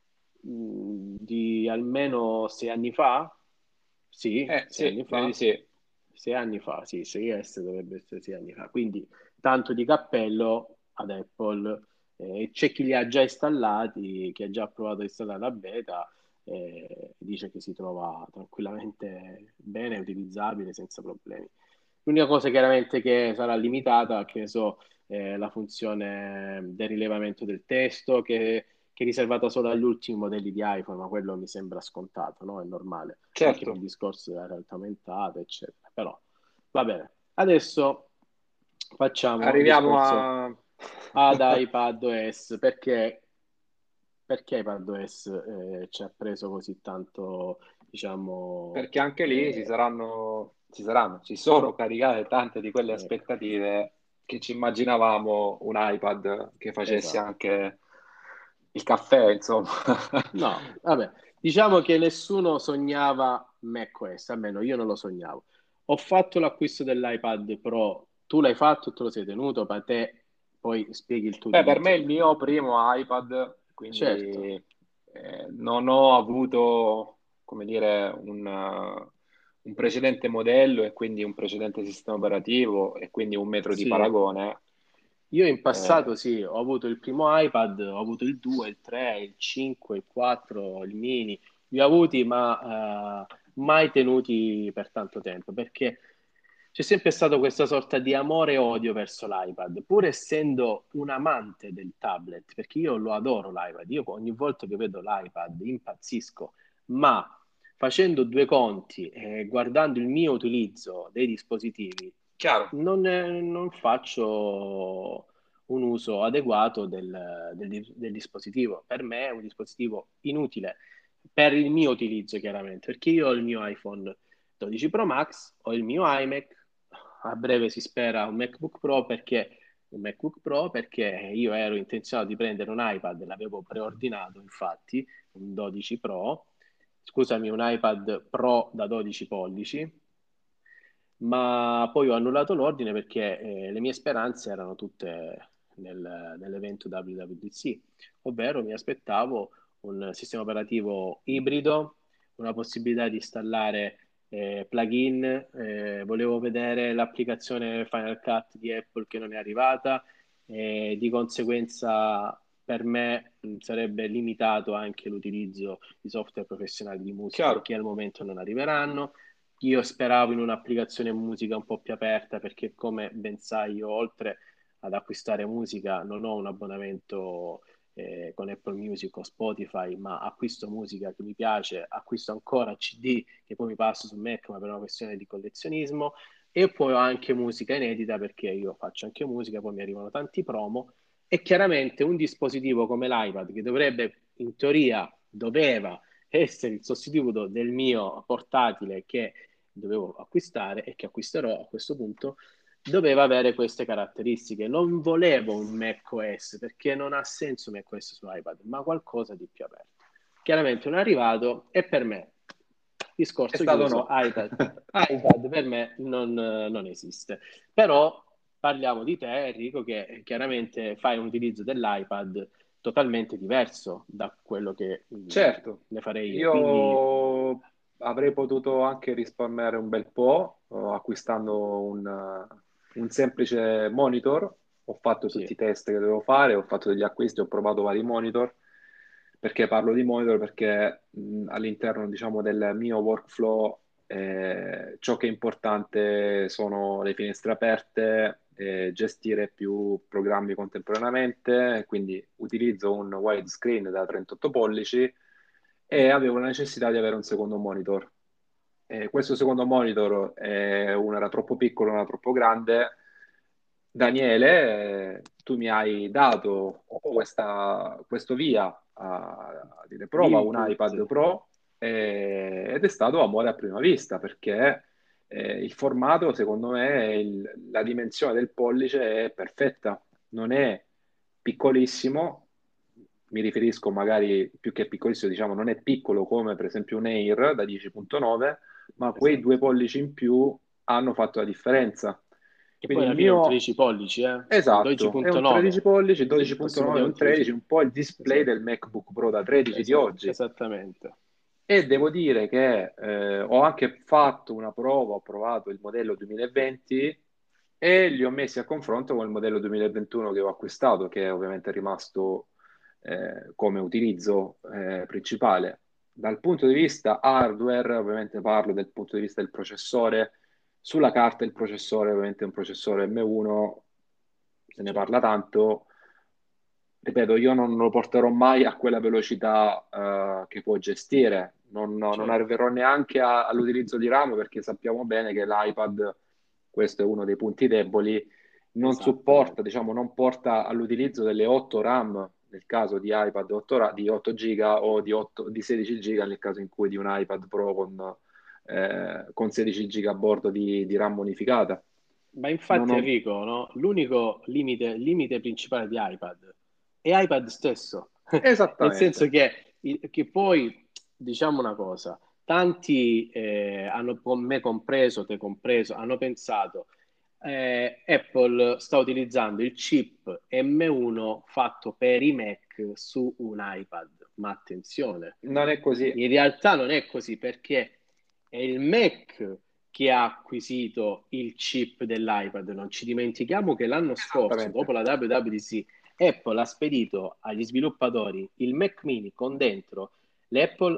Speaker 1: di almeno 6 anni fa? Sì, sei
Speaker 2: sì,
Speaker 1: anni
Speaker 2: direi di
Speaker 1: fa.
Speaker 2: sì.
Speaker 1: 6 anni fa, sì, 6S dovrebbe essere 6 anni fa. Quindi tanto di cappello ad Apple. C'è chi li ha già installati, chi ha già provato a installare la beta, dice che si trova tranquillamente bene, utilizzabile, senza problemi. L'unica cosa chiaramente che sarà limitata, che ne so, la funzione del rilevamento del testo, che è riservata solo agli ultimi modelli di iPhone, ma quello mi sembra scontato, no? È normale, anche per il
Speaker 2: Certo,
Speaker 1: discorso della realtà aumentata, eccetera. Però va bene. Adesso facciamo il
Speaker 2: arriviamo
Speaker 1: discorso
Speaker 2: a...
Speaker 1: ad iPadOS, perché iPadOS ci ha preso così tanto, diciamo,
Speaker 2: perché anche lì
Speaker 1: eh,
Speaker 2: ci sono caricate tante di quelle
Speaker 1: eh,
Speaker 2: aspettative che ci immaginavamo un iPad che facesse
Speaker 1: esatto.
Speaker 2: anche il caffè, insomma.
Speaker 1: No, vabbè, diciamo che nessuno sognava macOS, almeno io non lo sognavo. Ho fatto l'acquisto dell'iPad Pro, tu l'hai fatto e te lo sei tenuto, per te poi spieghi il tuo
Speaker 2: Beh, per me è
Speaker 1: utilizzo.
Speaker 2: il mio primo iPad,
Speaker 1: Certo,
Speaker 2: quindi non ho avuto, come dire, un precedente modello e quindi un precedente sistema operativo e quindi un metro di
Speaker 1: sì.
Speaker 2: paragone.
Speaker 1: Io in passato
Speaker 2: Eh,
Speaker 1: sì, ho avuto il primo iPad, ho avuto il 2, il 3, il 5, il 4, il mini, li ho avuti ma mai tenuti per tanto tempo perché c'è sempre stato questa sorta di amore e odio verso l'iPad, pur essendo un amante del tablet, perché io lo adoro l'iPad, io ogni volta che vedo l'iPad impazzisco, ma facendo due conti e guardando il mio utilizzo dei dispositivi,
Speaker 2: chiaro,
Speaker 1: non faccio un uso adeguato del dispositivo. Per me è un dispositivo inutile per il mio utilizzo, chiaramente, perché io ho il mio iPhone 12 Pro Max, ho il mio iMac, a breve si spera un MacBook Pro perché io ero intenzionato di prendere un iPad, l'avevo preordinato infatti, un 12 Pro, scusami, un iPad Pro da 12 pollici, ma poi ho annullato l'ordine perché le mie speranze erano tutte nell'evento WWDC, ovvero mi aspettavo un sistema operativo ibrido, una possibilità di installare plugin, volevo vedere l'applicazione Final Cut di Apple che non è arrivata, e di conseguenza per me sarebbe limitato anche l'utilizzo di software professionali di musica
Speaker 2: chiaro.
Speaker 1: che al momento non arriveranno. Io speravo in un'applicazione musica un po' più aperta perché, come ben sai, io oltre ad acquistare musica non ho un abbonamento con Apple Music o Spotify, ma acquisto musica che mi piace, acquisto ancora CD che poi mi passo su Mac, ma per una questione di collezionismo, e poi ho anche musica inedita perché io faccio anche musica, poi mi arrivano tanti promo e chiaramente un dispositivo come l'iPad che dovrebbe, in teoria, doveva essere il sostituto del mio portatile che dovevo acquistare e che acquisterò a questo punto, doveva avere queste caratteristiche. Non volevo un macOS perché non ha senso macOS su iPad, ma qualcosa di più aperto. Chiaramente non è arrivato e per me,
Speaker 2: È
Speaker 1: discorso
Speaker 2: stato
Speaker 1: chiuso,
Speaker 2: no.
Speaker 1: iPad per me non esiste. Però parliamo di te, Enrico, che chiaramente fai un utilizzo dell'iPad totalmente diverso da quello che
Speaker 2: Certo,
Speaker 1: ne farei io. Quindi
Speaker 2: io avrei potuto anche risparmiare un bel po' acquistando un semplice monitor. Ho fatto
Speaker 1: sì,
Speaker 2: tutti i test che dovevo fare, ho fatto degli acquisti, ho provato vari monitor. Perché parlo di monitor? Perché all'interno, diciamo, del mio workflow ciò che è importante sono le finestre aperte, gestire più programmi contemporaneamente, quindi utilizzo un widescreen da 38 pollici e avevo la necessità di avere un secondo monitor. Questo secondo monitor, uno era troppo piccolo, uno era troppo grande. Daniele, tu mi hai dato questo via a dire prova un
Speaker 1: l'input.
Speaker 2: iPad Pro ed è stato amore a prima vista perché il formato, secondo me, la dimensione del pollice è perfetta, non è piccolissimo, mi riferisco magari più che piccolissimo, diciamo, non è piccolo come per esempio un Air da 10.9, ma quei due
Speaker 1: Esatto.
Speaker 2: pollici in più hanno fatto la differenza.
Speaker 1: Che poi
Speaker 2: Quindi il
Speaker 1: alla fine è un
Speaker 2: mio,
Speaker 1: 13 pollici, un
Speaker 2: esatto, è un 13
Speaker 1: 12.9.
Speaker 2: pollici,
Speaker 1: Il prossimo
Speaker 2: 12.9,
Speaker 1: dia
Speaker 2: un
Speaker 1: un 13.
Speaker 2: 13, un po' il display
Speaker 1: Esatto,
Speaker 2: del MacBook Pro da 13 di oggi.
Speaker 1: esattamente.
Speaker 2: E devo dire che ho anche fatto una prova, ho provato il modello 2020 e li ho messi a confronto con il modello 2021 che ho acquistato, che è ovviamente rimasto come utilizzo principale. Dal punto di vista hardware, ovviamente parlo del punto di vista del processore. Sulla carta il processore ovviamente è un processore M1, se ne parla
Speaker 1: Certo,
Speaker 2: tanto. Ripeto, io non lo porterò mai a quella velocità che può gestire, non
Speaker 1: certo,
Speaker 2: arriverò neanche all'utilizzo di RAM perché sappiamo bene che l'iPad, questo è uno dei punti deboli, non supporta,
Speaker 1: esattamente.
Speaker 2: diciamo, non porta all'utilizzo delle 8 RAM nel caso di iPad 8, di 8 giga o di 16 giga nel caso in cui di un iPad Pro con 16 giga a bordo di RAM unificata.
Speaker 1: Ma
Speaker 2: Non
Speaker 1: infatti
Speaker 2: ho...
Speaker 1: Enrico, no? L'unico limite principale di iPad è iPad stesso. Nel senso
Speaker 2: Esattamente,
Speaker 1: che poi, diciamo una cosa, tanti hanno, con me compreso, te compreso, hanno pensato Apple sta utilizzando il chip M1 fatto per i Mac su un iPad. Ma attenzione,
Speaker 2: non è così.
Speaker 1: in realtà non è così perché è il Mac che ha acquisito il chip dell'iPad. Non ci dimentichiamo che l'anno scorso,
Speaker 2: Esattamente.
Speaker 1: dopo la WWDC, Apple ha spedito agli sviluppatori il Mac mini con dentro l'Apple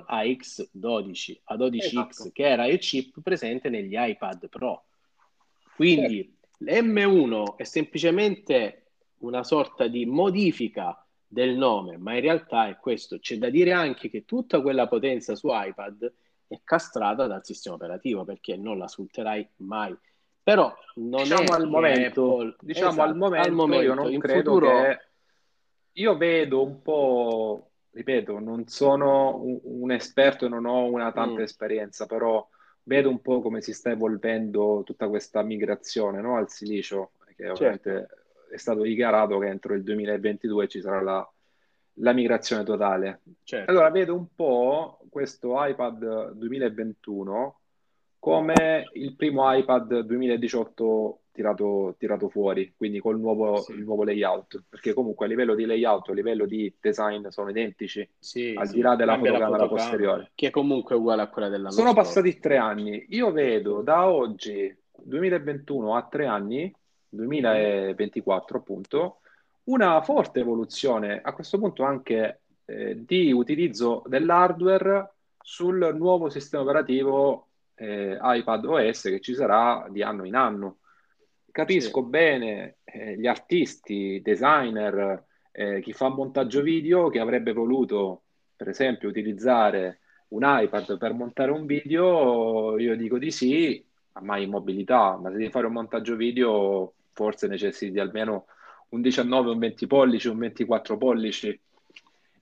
Speaker 1: AX12, A12X,
Speaker 2: Esatto.
Speaker 1: che era il chip presente negli iPad Pro.
Speaker 2: Certo.
Speaker 1: Quindi l'M1 è semplicemente una sorta di modifica del nome, ma in realtà è questo. C'è da dire anche che tutta quella potenza su iPad è castrata dal sistema operativo perché non la sfrutterai mai. Però non è che Apple,
Speaker 2: Diciamo al
Speaker 1: esatto, al
Speaker 2: momento io
Speaker 1: momento,
Speaker 2: non
Speaker 1: in
Speaker 2: credo
Speaker 1: futuro,
Speaker 2: che io vedo un po', ripeto, non sono un esperto e non ho una tanta
Speaker 1: mm,
Speaker 2: esperienza, però vedo un po' come si sta evolvendo tutta questa migrazione, no, al silicio, che
Speaker 1: certo,
Speaker 2: ovviamente è stato dichiarato che entro il 2022 ci sarà la migrazione totale. Allora,
Speaker 1: certo,
Speaker 2: vedo un po' questo iPad 2021 come il primo iPad 2018 tirato fuori, quindi il
Speaker 1: sì,
Speaker 2: nuovo layout, perché comunque a livello di layout, a livello di design sono identici,
Speaker 1: sì,
Speaker 2: al di
Speaker 1: sì,
Speaker 2: là della
Speaker 1: cambia la
Speaker 2: fotocamera
Speaker 1: fotocamera,
Speaker 2: posteriore.
Speaker 1: che comunque è uguale a quella dell'anno
Speaker 2: Sono passati
Speaker 1: scorso.
Speaker 2: 3 anni. Io vedo da oggi, 2021 a 3 anni,
Speaker 1: Mhm.
Speaker 2: 2024 appunto, una forte evoluzione, a questo punto anche di utilizzo dell'hardware sul nuovo sistema operativo iPad OS che ci sarà di anno in anno.
Speaker 1: Sì,
Speaker 2: Capisco bene gli artisti, i designer, chi fa montaggio video che avrebbe voluto, per esempio, utilizzare un iPad per montare un video, io dico di sì, ma in mobilità, ma se devi fare un montaggio video forse necessiti di almeno un 19, un 20 pollici, un 24 pollici.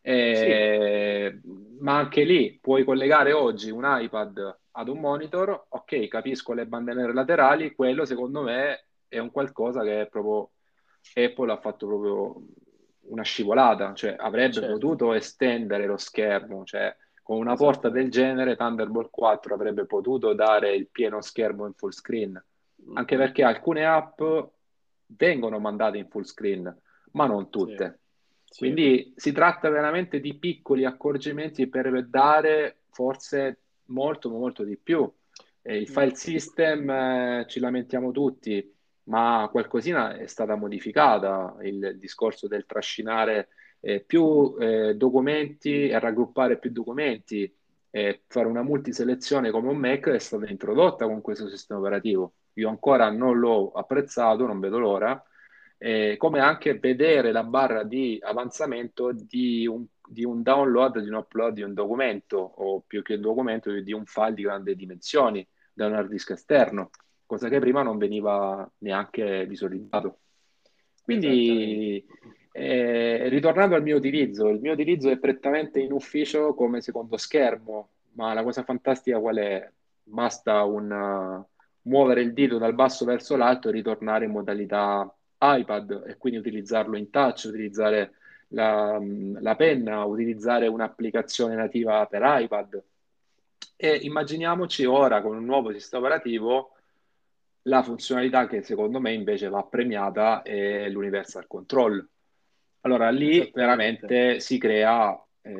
Speaker 1: Sì,
Speaker 2: Eh, ma anche lì puoi collegare oggi un iPad ad un monitor, ok, capisco le bande nere laterali, quello secondo me è un qualcosa che è proprio Apple ha fatto proprio una scivolata, cioè avrebbe
Speaker 1: certo,
Speaker 2: potuto estendere lo schermo, cioè con una porta del
Speaker 1: esattamente.
Speaker 2: genere Thunderbolt 4 avrebbe potuto dare il pieno schermo in full screen, anche
Speaker 1: Mhm.
Speaker 2: perché alcune app vengono mandate in full screen, ma non
Speaker 1: Sì,
Speaker 2: tutte.
Speaker 1: sì.
Speaker 2: Quindi si tratta veramente di piccoli accorgimenti per dare forse molto, molto di più. Il
Speaker 1: Mm.
Speaker 2: file system, ci lamentiamo tutti, ma qualcosina è stata modificata. Il discorso del trascinare più documenti e raggruppare più documenti e fare una multiselezione come un Mac è stata introdotta con questo sistema operativo. Io ancora non l'ho apprezzato, non vedo l'ora, come anche vedere la barra di avanzamento di un download, di un upload di un documento, o più che un documento, di un file di grandi dimensioni da un hard disk esterno, cosa che prima non veniva neanche visualizzato.
Speaker 1: Esattamente.
Speaker 2: Quindi, ritornando al mio utilizzo, il mio utilizzo è prettamente in ufficio come secondo schermo, ma la cosa fantastica qual è? Basta muovere il dito dal basso verso l'alto e ritornare in modalità iPad e quindi utilizzarlo in touch, utilizzare la penna, utilizzare un'applicazione nativa per iPad. E immaginiamoci ora con un nuovo sistema operativo la funzionalità che secondo me invece va premiata è l'Universal Control. Allora lì
Speaker 1: Esattamente.
Speaker 2: veramente si crea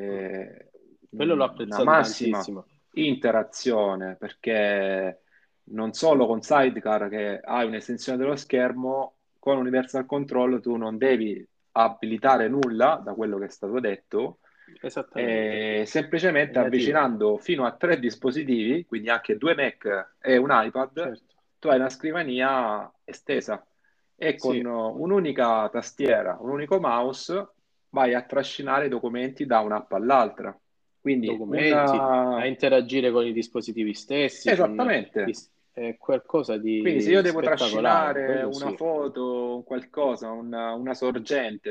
Speaker 1: Quello l'ho
Speaker 2: una
Speaker 1: apprezzato
Speaker 2: massima
Speaker 1: tantissimo.
Speaker 2: interazione perché non solo con Sidecar che hai un'estensione dello schermo, con Universal Control tu non devi abilitare nulla da quello che è stato detto,
Speaker 1: Esattamente. È
Speaker 2: semplicemente
Speaker 1: nativa.
Speaker 2: avvicinando fino a tre dispositivi, quindi anche due Mac e un iPad,
Speaker 1: Certo.
Speaker 2: tu hai una scrivania estesa e con
Speaker 1: Sì,
Speaker 2: un'unica tastiera, un unico mouse, vai a trascinare i documenti da un'app all'altra. Quindi
Speaker 1: documenti, a
Speaker 2: una...
Speaker 1: interagire con i dispositivi stessi,
Speaker 2: Esattamente.
Speaker 1: è qualcosa
Speaker 2: Quindi se io
Speaker 1: di
Speaker 2: devo
Speaker 1: spettacolare,
Speaker 2: trascinare
Speaker 1: quello
Speaker 2: una
Speaker 1: sì.
Speaker 2: foto, un qualcosa, una sorgente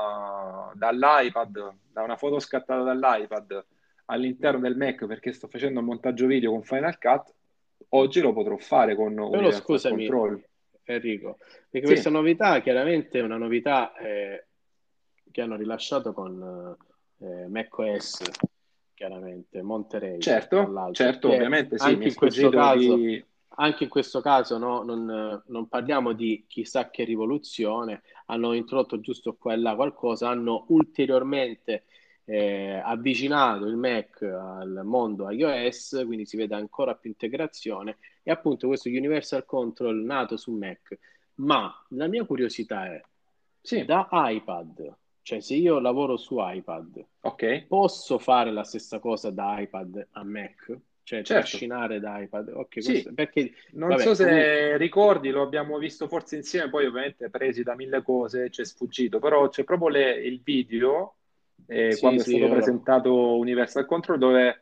Speaker 2: dall'iPad, da una foto scattata dall'iPad all'interno del Mac perché sto facendo un montaggio video con Final Cut, oggi lo potrò fare con
Speaker 1: Però
Speaker 2: Universal
Speaker 1: scusami,
Speaker 2: Control.
Speaker 1: Enrico, perché questa
Speaker 2: Sì,
Speaker 1: novità chiaramente è una novità che hanno rilasciato con macOS, chiaramente, Monterey, tra
Speaker 2: certo,
Speaker 1: l'altro,
Speaker 2: certo,
Speaker 1: perché
Speaker 2: ovviamente sì, mi è
Speaker 1: anche in questo caso no, non parliamo di chissà che rivoluzione, hanno introdotto giusto qua e là qualcosa, hanno ulteriormente avvicinato il Mac al mondo iOS, quindi si vede ancora più integrazione e appunto questo Universal Control nato su Mac. Ma la mia curiosità è,
Speaker 2: sì,
Speaker 1: da iPad, cioè se io lavoro su iPad,
Speaker 2: ok,
Speaker 1: posso fare la stessa cosa da iPad a Mac? Cioè
Speaker 2: certo.
Speaker 1: trascinare da iPad? Ok,
Speaker 2: Sì,
Speaker 1: questo perché,
Speaker 2: non so
Speaker 1: vabbè, comunque,
Speaker 2: se ricordi, lo abbiamo visto forse insieme, poi ovviamente presi da mille cose, ci è sfuggito, però c'è proprio il video,
Speaker 1: sì,
Speaker 2: quando è
Speaker 1: sì,
Speaker 2: stato
Speaker 1: ora
Speaker 2: presentato Universal Control, dove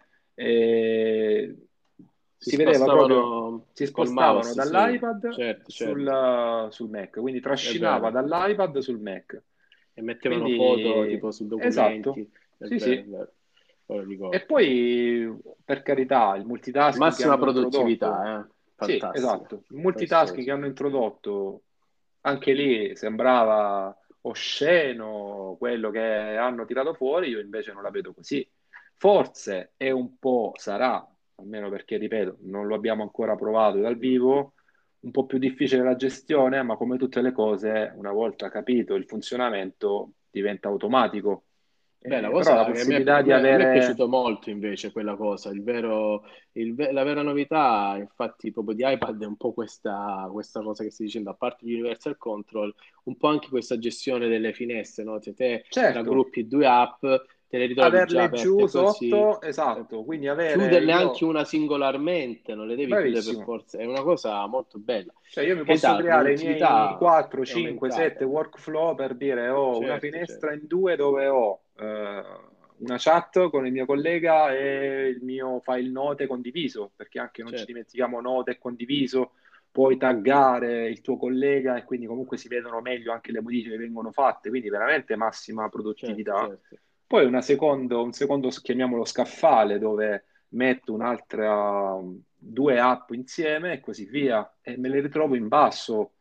Speaker 2: eh,
Speaker 1: si
Speaker 2: si vedeva proprio,
Speaker 1: spostavano
Speaker 2: si
Speaker 1: col
Speaker 2: spostavano
Speaker 1: mouse, sì,
Speaker 2: dall'iPad
Speaker 1: certo, certo,
Speaker 2: sul Mac, quindi
Speaker 1: è
Speaker 2: trascinava
Speaker 1: vero.
Speaker 2: dall'iPad sul Mac.
Speaker 1: E mettevano foto
Speaker 2: Quindi,
Speaker 1: tipo su
Speaker 2: esatto,
Speaker 1: documenti, è
Speaker 2: sì,
Speaker 1: vero, è
Speaker 2: sì.
Speaker 1: vero. Ora
Speaker 2: E
Speaker 1: ricordo, sì.
Speaker 2: poi, per carità, il multitasking che
Speaker 1: Massima
Speaker 2: hanno introdotto,
Speaker 1: produttività,
Speaker 2: sì,
Speaker 1: fantastica.
Speaker 2: esatto, il
Speaker 1: Questo
Speaker 2: multitasking che
Speaker 1: sì.
Speaker 2: hanno introdotto, anche lì sembrava osceno quello che hanno tirato fuori, io invece non la vedo così. Forse è un po', sarà, almeno perché, ripeto, non lo abbiamo ancora provato dal vivo, un po' più difficile la gestione, ma come tutte le cose, una volta capito il funzionamento, diventa automatico.
Speaker 1: Beh, la
Speaker 2: Però la
Speaker 1: cosa che
Speaker 2: possibilità di
Speaker 1: a me è
Speaker 2: avere...
Speaker 1: piaciuto molto invece quella cosa, la vera novità, infatti, proprio di iPad è un po' questa cosa che stai dicendo, a parte gli Universal Control, un po' anche questa gestione delle finestre, no? Se te
Speaker 2: Certo,
Speaker 1: raggruppi due app, te le ritrovi già
Speaker 2: averle giù
Speaker 1: aperte così,
Speaker 2: sotto, esatto, quindi avere
Speaker 1: chiuderle anche
Speaker 2: io,
Speaker 1: una singolarmente, non le devi chiudere per
Speaker 2: bravissimo,
Speaker 1: forza, è una cosa molto bella,
Speaker 2: cioè io mi
Speaker 1: che
Speaker 2: posso
Speaker 1: dà
Speaker 2: creare i miei
Speaker 1: produttività
Speaker 2: 4,
Speaker 1: è
Speaker 2: 5, 7
Speaker 1: aumentata.
Speaker 2: workflow per dire ho una
Speaker 1: Certo, certo,
Speaker 2: finestra in due dove ho una chat con il mio collega e il mio file note condiviso, perché anche non ci
Speaker 1: certo,
Speaker 2: dimentichiamo note e condiviso, puoi taggare il tuo collega e quindi comunque si vedono meglio anche le modifiche che vengono fatte, quindi veramente massima
Speaker 1: certo,
Speaker 2: produttività.
Speaker 1: certo.
Speaker 2: poi un secondo, chiamiamolo scaffale, dove metto un'altra, due app insieme e così via, e me le ritrovo in basso.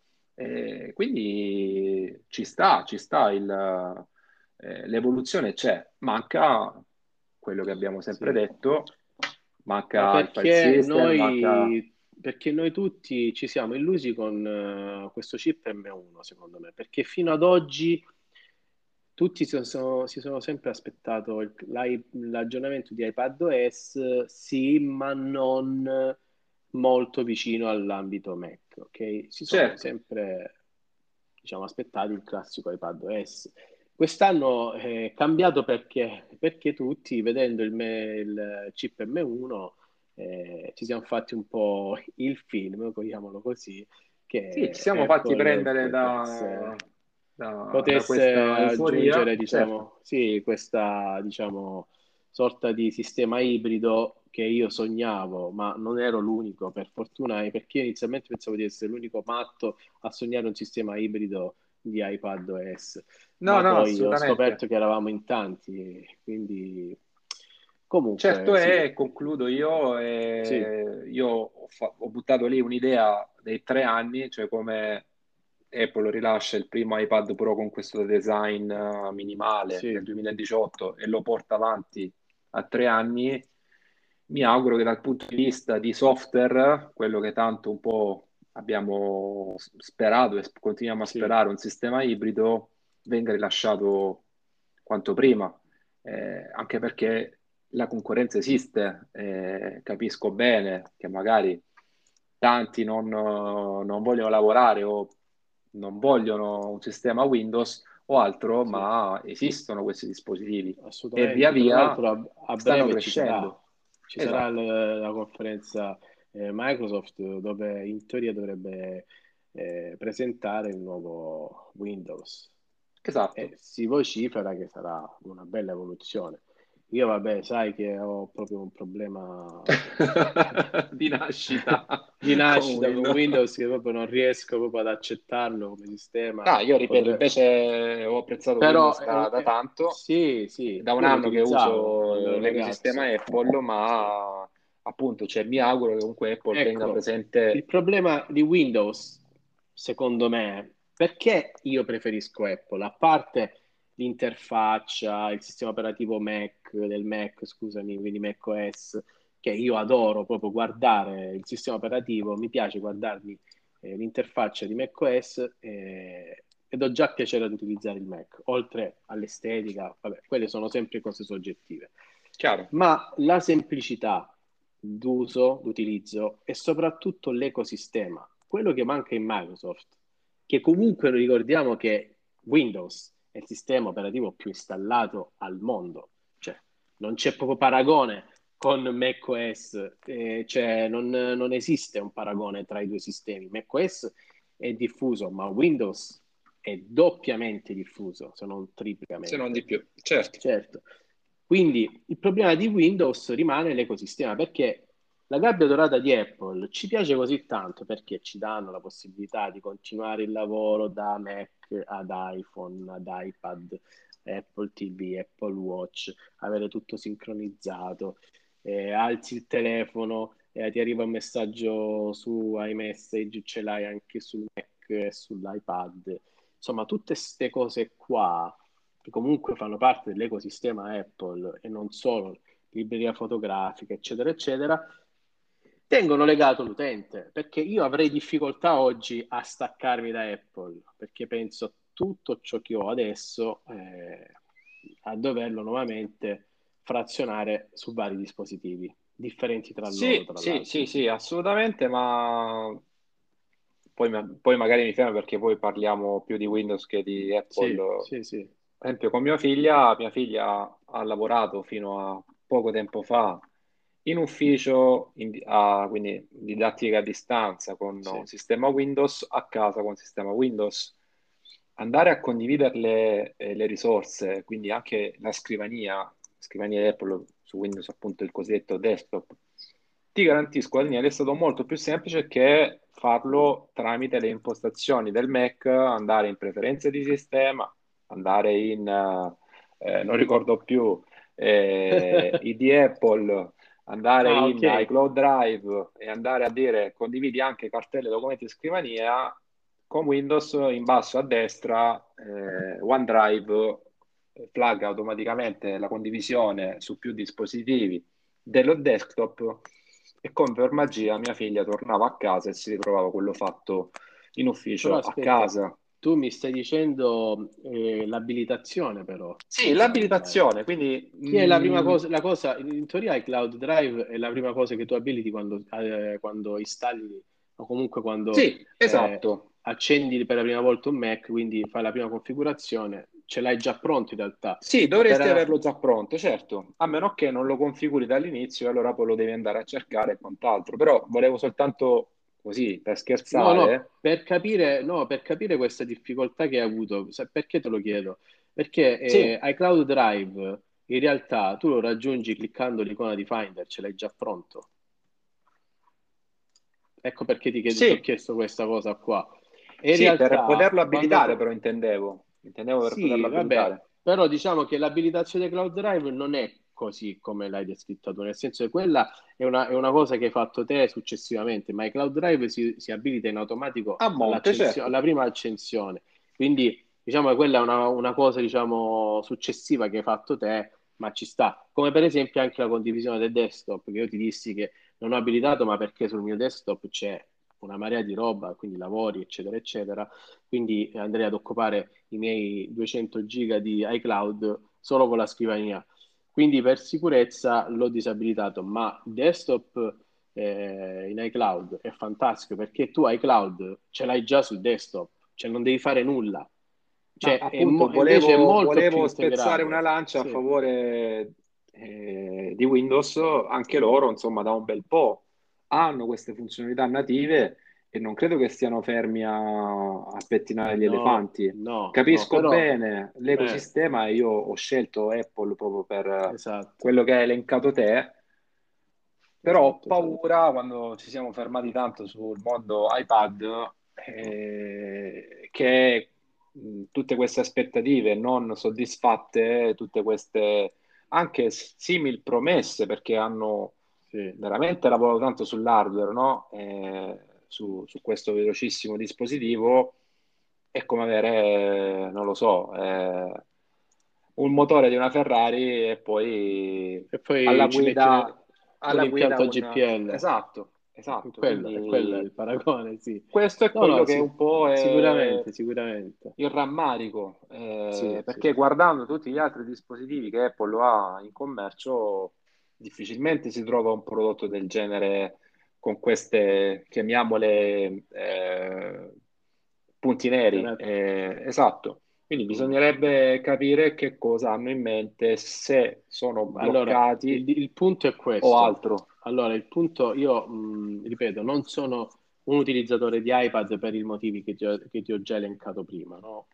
Speaker 2: Quindi ci sta l'evoluzione c'è, manca quello che abbiamo sempre
Speaker 1: Sì.
Speaker 2: detto,
Speaker 1: Ma
Speaker 2: manca il file system, manca...
Speaker 1: perché noi tutti ci siamo illusi con questo chip M1, secondo me, perché fino ad oggi tutti si sono sempre aspettato l'aggiornamento di iPadOS, sì, ma non molto vicino all'ambito Mac, ok? Si sono
Speaker 2: Certo,
Speaker 1: sempre, diciamo, aspettati il classico iPadOS. Quest'anno è cambiato perché tutti, vedendo il chip M1, ci siamo fatti un po' il film, chiamiamolo così,
Speaker 2: sì, ci
Speaker 1: che
Speaker 2: siamo fatti
Speaker 1: Apple
Speaker 2: prendere da
Speaker 1: potesse
Speaker 2: questa euforia,
Speaker 1: aggiungere,
Speaker 2: certo.
Speaker 1: diciamo, sì, questa, diciamo, sorta di sistema ibrido che io sognavo, ma non ero l'unico, per fortuna, perché io inizialmente pensavo di essere l'unico matto a sognare un sistema ibrido di iPadOS,
Speaker 2: No,
Speaker 1: ma
Speaker 2: no,
Speaker 1: poi ho
Speaker 2: assolutamente.
Speaker 1: scoperto che eravamo in tanti, quindi
Speaker 2: Certo
Speaker 1: comunque sì,
Speaker 2: è, concludo io,
Speaker 1: sì,
Speaker 2: io ho buttato lì un'idea dei 3 anni, cioè come Apple rilascia il primo iPad Pro con questo design minimale nel
Speaker 1: sì,
Speaker 2: 2018 e lo porta avanti a 3 anni. Mi auguro che dal punto di vista di software, quello che tanto un po' abbiamo sperato e continuiamo a
Speaker 1: sì,
Speaker 2: sperare, un sistema ibrido, venga rilasciato quanto prima. Anche perché la concorrenza esiste, capisco bene che magari tanti non vogliono lavorare o non vogliono un sistema Windows o altro,
Speaker 1: sì.
Speaker 2: ma esistono questi dispositivi e via
Speaker 1: Assolutamente, tra
Speaker 2: via
Speaker 1: l'altro a
Speaker 2: stanno
Speaker 1: breve
Speaker 2: crescendo.
Speaker 1: ci sarà
Speaker 2: Esatto,
Speaker 1: la conferenza Microsoft dove in teoria dovrebbe presentare il nuovo Windows e
Speaker 2: esatto.
Speaker 1: si vocifera che sarà una bella evoluzione. Io vabbè, sai che ho proprio un problema
Speaker 2: Di nascita
Speaker 1: di
Speaker 2: con
Speaker 1: nascita con
Speaker 2: Windows.
Speaker 1: Windows che proprio non riesco proprio ad accettarlo come sistema.
Speaker 2: Ah, io ripeto,
Speaker 1: Potre-
Speaker 2: invece ho apprezzato
Speaker 1: Però
Speaker 2: Windows da tanto,
Speaker 1: sì, sì,
Speaker 2: da un
Speaker 1: io lo
Speaker 2: anno che
Speaker 1: utilizzavo quando
Speaker 2: uso
Speaker 1: ero
Speaker 2: l'ecosistema
Speaker 1: ragazzo.
Speaker 2: Apple,
Speaker 1: Sì.
Speaker 2: ma appunto, cioè, mi auguro che comunque Apple tenga
Speaker 1: Ecco, il
Speaker 2: presente.
Speaker 1: problema di Windows, secondo me, perché io preferisco Apple, a parte l'interfaccia, il sistema operativo Mac, scusami, quindi macOS, che io adoro proprio guardare il sistema operativo, mi piace guardarmi l'interfaccia di macOS ed ho già piacere ad utilizzare il Mac, oltre all'estetica, vabbè, quelle sono sempre cose soggettive.
Speaker 2: Chiaro.
Speaker 1: Ma la semplicità d'uso, d'utilizzo e soprattutto l'ecosistema, quello che manca in Microsoft, che comunque ricordiamo che Windows è il sistema operativo più installato al mondo, cioè non c'è proprio paragone con macOS, cioè non esiste un paragone tra i due sistemi. macOS è diffuso, ma Windows è doppiamente diffuso, se non
Speaker 2: Se non di
Speaker 1: triplicamente.
Speaker 2: più, certo.
Speaker 1: Certo. Quindi il problema di Windows rimane l'ecosistema, perché la gabbia dorata di Apple ci piace così tanto perché ci danno la possibilità di continuare il lavoro da Mac ad iPhone, ad iPad, Apple TV, Apple Watch, avere tutto sincronizzato, alzi il telefono, ti arriva un messaggio su iMessage, ce l'hai anche sul Mac e sull'iPad. Insomma, tutte queste cose qua, che comunque fanno parte dell'ecosistema Apple e non solo libreria fotografica, eccetera, eccetera, tengono legato l'utente, perché io avrei difficoltà oggi a staccarmi da Apple, perché penso a tutto ciò che ho adesso a doverlo nuovamente frazionare su vari dispositivi, differenti tra loro,
Speaker 2: Sì,
Speaker 1: tra
Speaker 2: sì, sì,
Speaker 1: l'altro.
Speaker 2: sì, assolutamente, ma poi magari mi fermo perché poi parliamo più di Windows che di Apple.
Speaker 1: Sì, sì, sì,
Speaker 2: Per esempio, con mia figlia ha lavorato fino a poco tempo fa in ufficio, quindi didattica a distanza con un
Speaker 1: sì,
Speaker 2: sistema Windows, a casa con un sistema Windows. Andare a condividere le risorse, quindi anche la scrivania di Apple su Windows, appunto il cosiddetto desktop, ti garantisco, Daniele, è stato molto più semplice che farlo tramite le impostazioni del Mac, andare in preferenze di sistema, andare non ricordo più, i di Apple, andare
Speaker 1: Ah,
Speaker 2: in
Speaker 1: ok.
Speaker 2: iCloud Drive e andare a dire condividi anche cartelle, documenti e scrivania, con Windows in basso a destra, OneDrive flagga automaticamente la condivisione su più dispositivi dello desktop e come per magia mia figlia tornava a casa e si ritrovava quello fatto in
Speaker 1: Però
Speaker 2: ufficio a
Speaker 1: aspetta,
Speaker 2: casa.
Speaker 1: tu mi stai dicendo l'abilitazione però
Speaker 2: Sì,
Speaker 1: di Cloud Drive.
Speaker 2: l'abilitazione, quindi
Speaker 1: Che è la prima cosa, la cosa, in teoria iCloud Drive è la prima cosa che tu abiliti quando installi o comunque quando
Speaker 2: sì, esatto.
Speaker 1: accendi per la prima volta un Mac, quindi fai la prima configurazione, ce l'hai già pronto in realtà.
Speaker 2: Sì,
Speaker 1: Ma
Speaker 2: dovresti averlo già pronto, certo, a meno che non lo configuri dall'inizio, allora poi lo devi andare a cercare e quant'altro. Però volevo soltanto così, per
Speaker 1: No,
Speaker 2: scherzare.
Speaker 1: no, per capire, no, per capire questa difficoltà che hai avuto, perché te lo chiedo? Perché
Speaker 2: Sì,
Speaker 1: iCloud Drive in realtà tu lo raggiungi cliccando l'icona di Finder, ce l'hai già pronto. Ecco perché ti ho
Speaker 2: sì,
Speaker 1: chiesto questa cosa qua. E in
Speaker 2: sì, per
Speaker 1: realtà,
Speaker 2: poterlo abilitare però intendevo per
Speaker 1: sì,
Speaker 2: poterlo
Speaker 1: vabbè,
Speaker 2: abilitare.
Speaker 1: però diciamo che l'abilitazione Cloud Drive non è così come l'hai descritta tu, nel senso che quella è una cosa che hai fatto te successivamente, ma i Cloud Drive si abilita in automatico
Speaker 2: A monte, certo.
Speaker 1: alla prima accensione. Quindi, diciamo che quella è una cosa, diciamo, successiva che hai fatto te, ma ci sta. Come per esempio anche la condivisione del desktop, che io ti dissi che non ho abilitato, ma perché sul mio desktop c'è una marea di roba, quindi lavori, eccetera, eccetera. Quindi andrei ad occupare i miei 200 giga di iCloud solo con la scrivania. Quindi per sicurezza l'ho disabilitato, ma il desktop in iCloud è fantastico perché tu iCloud ce l'hai già sul desktop, cioè non devi fare nulla.
Speaker 2: Ma
Speaker 1: Cioè,
Speaker 2: appunto
Speaker 1: invece è molto più
Speaker 2: volevo spezzare una
Speaker 1: integrato.
Speaker 2: lancia a
Speaker 1: Sì.
Speaker 2: favore di Windows, anche loro, insomma, da un bel po' hanno queste funzionalità native e non credo che stiano fermi a pettinare gli
Speaker 1: No,
Speaker 2: elefanti.
Speaker 1: no, no,
Speaker 2: Capisco
Speaker 1: però
Speaker 2: bene
Speaker 1: eh,
Speaker 2: l'ecosistema e io ho scelto Apple proprio per
Speaker 1: esatto,
Speaker 2: quello che hai elencato te, però ho
Speaker 1: esatto, esatto.
Speaker 2: paura quando ci siamo fermati tanto sul mondo iPad che tutte queste aspettative non soddisfatte, tutte queste anche simil promesse, perché hanno
Speaker 1: Sì.
Speaker 2: veramente lavorato tanto sull'hardware, no? Su questo velocissimo dispositivo, è come avere, non lo so, un motore di una Ferrari e poi
Speaker 1: E
Speaker 2: alla
Speaker 1: poi ci metti
Speaker 2: guida,
Speaker 1: un
Speaker 2: alla guida
Speaker 1: impianto a
Speaker 2: un...
Speaker 1: GPL.
Speaker 2: Esatto, esatto.
Speaker 1: È quello
Speaker 2: Quindi
Speaker 1: il paragone, sì.
Speaker 2: questo è
Speaker 1: No,
Speaker 2: quello
Speaker 1: no,
Speaker 2: che un po' è
Speaker 1: sicuramente, sicuramente.
Speaker 2: il rammarico,
Speaker 1: Sì, sì.
Speaker 2: perché guardando tutti gli altri dispositivi che Apple ha in commercio, difficilmente si trova un prodotto del genere con queste, chiamiamole, punti neri.
Speaker 1: Carat-
Speaker 2: Esatto. Quindi
Speaker 1: mm.
Speaker 2: bisognerebbe capire che cosa hanno in mente, se sono
Speaker 1: Allora, il,
Speaker 2: bloccati
Speaker 1: il punto è
Speaker 2: o
Speaker 1: questo.
Speaker 2: altro.
Speaker 1: Allora, il punto, io ripeto, non sono un utilizzatore di iPad per i motivi che ti ho già elencato prima, no?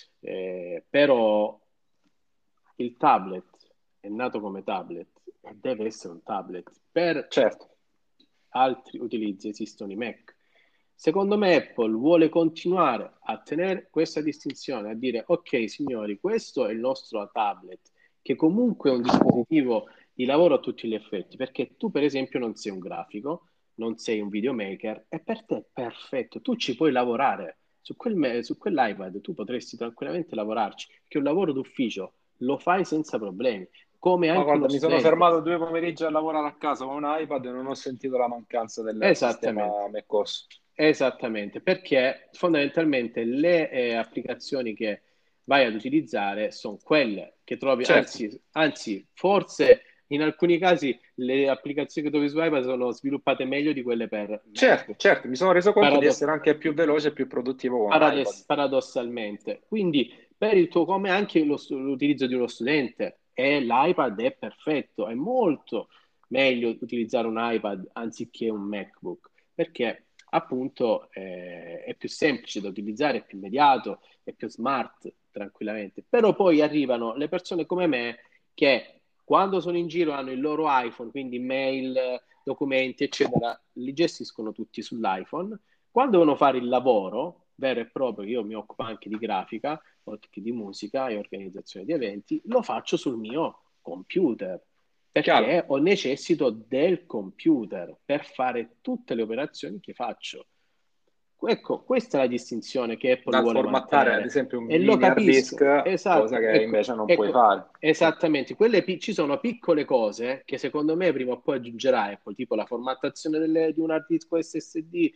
Speaker 1: Però il tablet è nato come tablet e deve essere un tablet. Per
Speaker 2: Certo,
Speaker 1: altri utilizzi esistono i Mac. Secondo me Apple vuole continuare a tenere questa distinzione, a dire ok signori, questo è il nostro tablet, che comunque è un dispositivo di lavoro a tutti gli effetti, perché tu per esempio non sei un grafico, non sei un videomaker e per te è perfetto, tu ci puoi lavorare. Su quell'iPad tu potresti tranquillamente lavorarci, che è un lavoro d'ufficio, lo fai senza problemi, come
Speaker 2: ma
Speaker 1: anche uno
Speaker 2: guarda, mi sono
Speaker 1: studente.
Speaker 2: fermato 2 pomeriggi a lavorare a casa con un iPad e non ho sentito la mancanza del
Speaker 1: Esattamente.
Speaker 2: sistema macOS.
Speaker 1: Esattamente, perché fondamentalmente le applicazioni che vai ad utilizzare sono quelle che trovi,
Speaker 2: Certo,
Speaker 1: anzi, forse in alcuni casi le applicazioni che trovi su iPad sono sviluppate meglio di quelle per
Speaker 2: certo,
Speaker 1: Mac.
Speaker 2: certo, mi sono reso conto di
Speaker 1: Paradoss-
Speaker 2: essere anche più veloce e più produttivo con un iPad.
Speaker 1: paradossalmente. Quindi per il tuo, come anche l'utilizzo di uno studente, l'iPad è perfetto, è molto meglio utilizzare un iPad anziché un MacBook, perché appunto è più semplice da utilizzare, è più immediato, è più smart tranquillamente. Però poi arrivano le persone come me che quando sono in giro hanno il loro iPhone, quindi mail, documenti, eccetera, li gestiscono tutti sull'iPhone. Quando devono fare il lavoro, vero e proprio, che io mi occupo anche di grafica, oltre che di musica e organizzazione di eventi, lo faccio sul mio computer,
Speaker 2: Chiaro,
Speaker 1: perché ho necessito del computer per fare tutte le operazioni che faccio. Ecco, questa è la distinzione che Apple
Speaker 2: dal
Speaker 1: vuole
Speaker 2: formattare ad
Speaker 1: mantenere
Speaker 2: esempio un
Speaker 1: e lo
Speaker 2: mini hard
Speaker 1: capisco.
Speaker 2: disk, cosa
Speaker 1: Esatto,
Speaker 2: che
Speaker 1: ecco,
Speaker 2: invece non puoi
Speaker 1: ecco,
Speaker 2: fare.
Speaker 1: esattamente. Ci sono piccole cose che secondo me prima o poi aggiungerà Apple, tipo la formattazione di un hard disk SSD,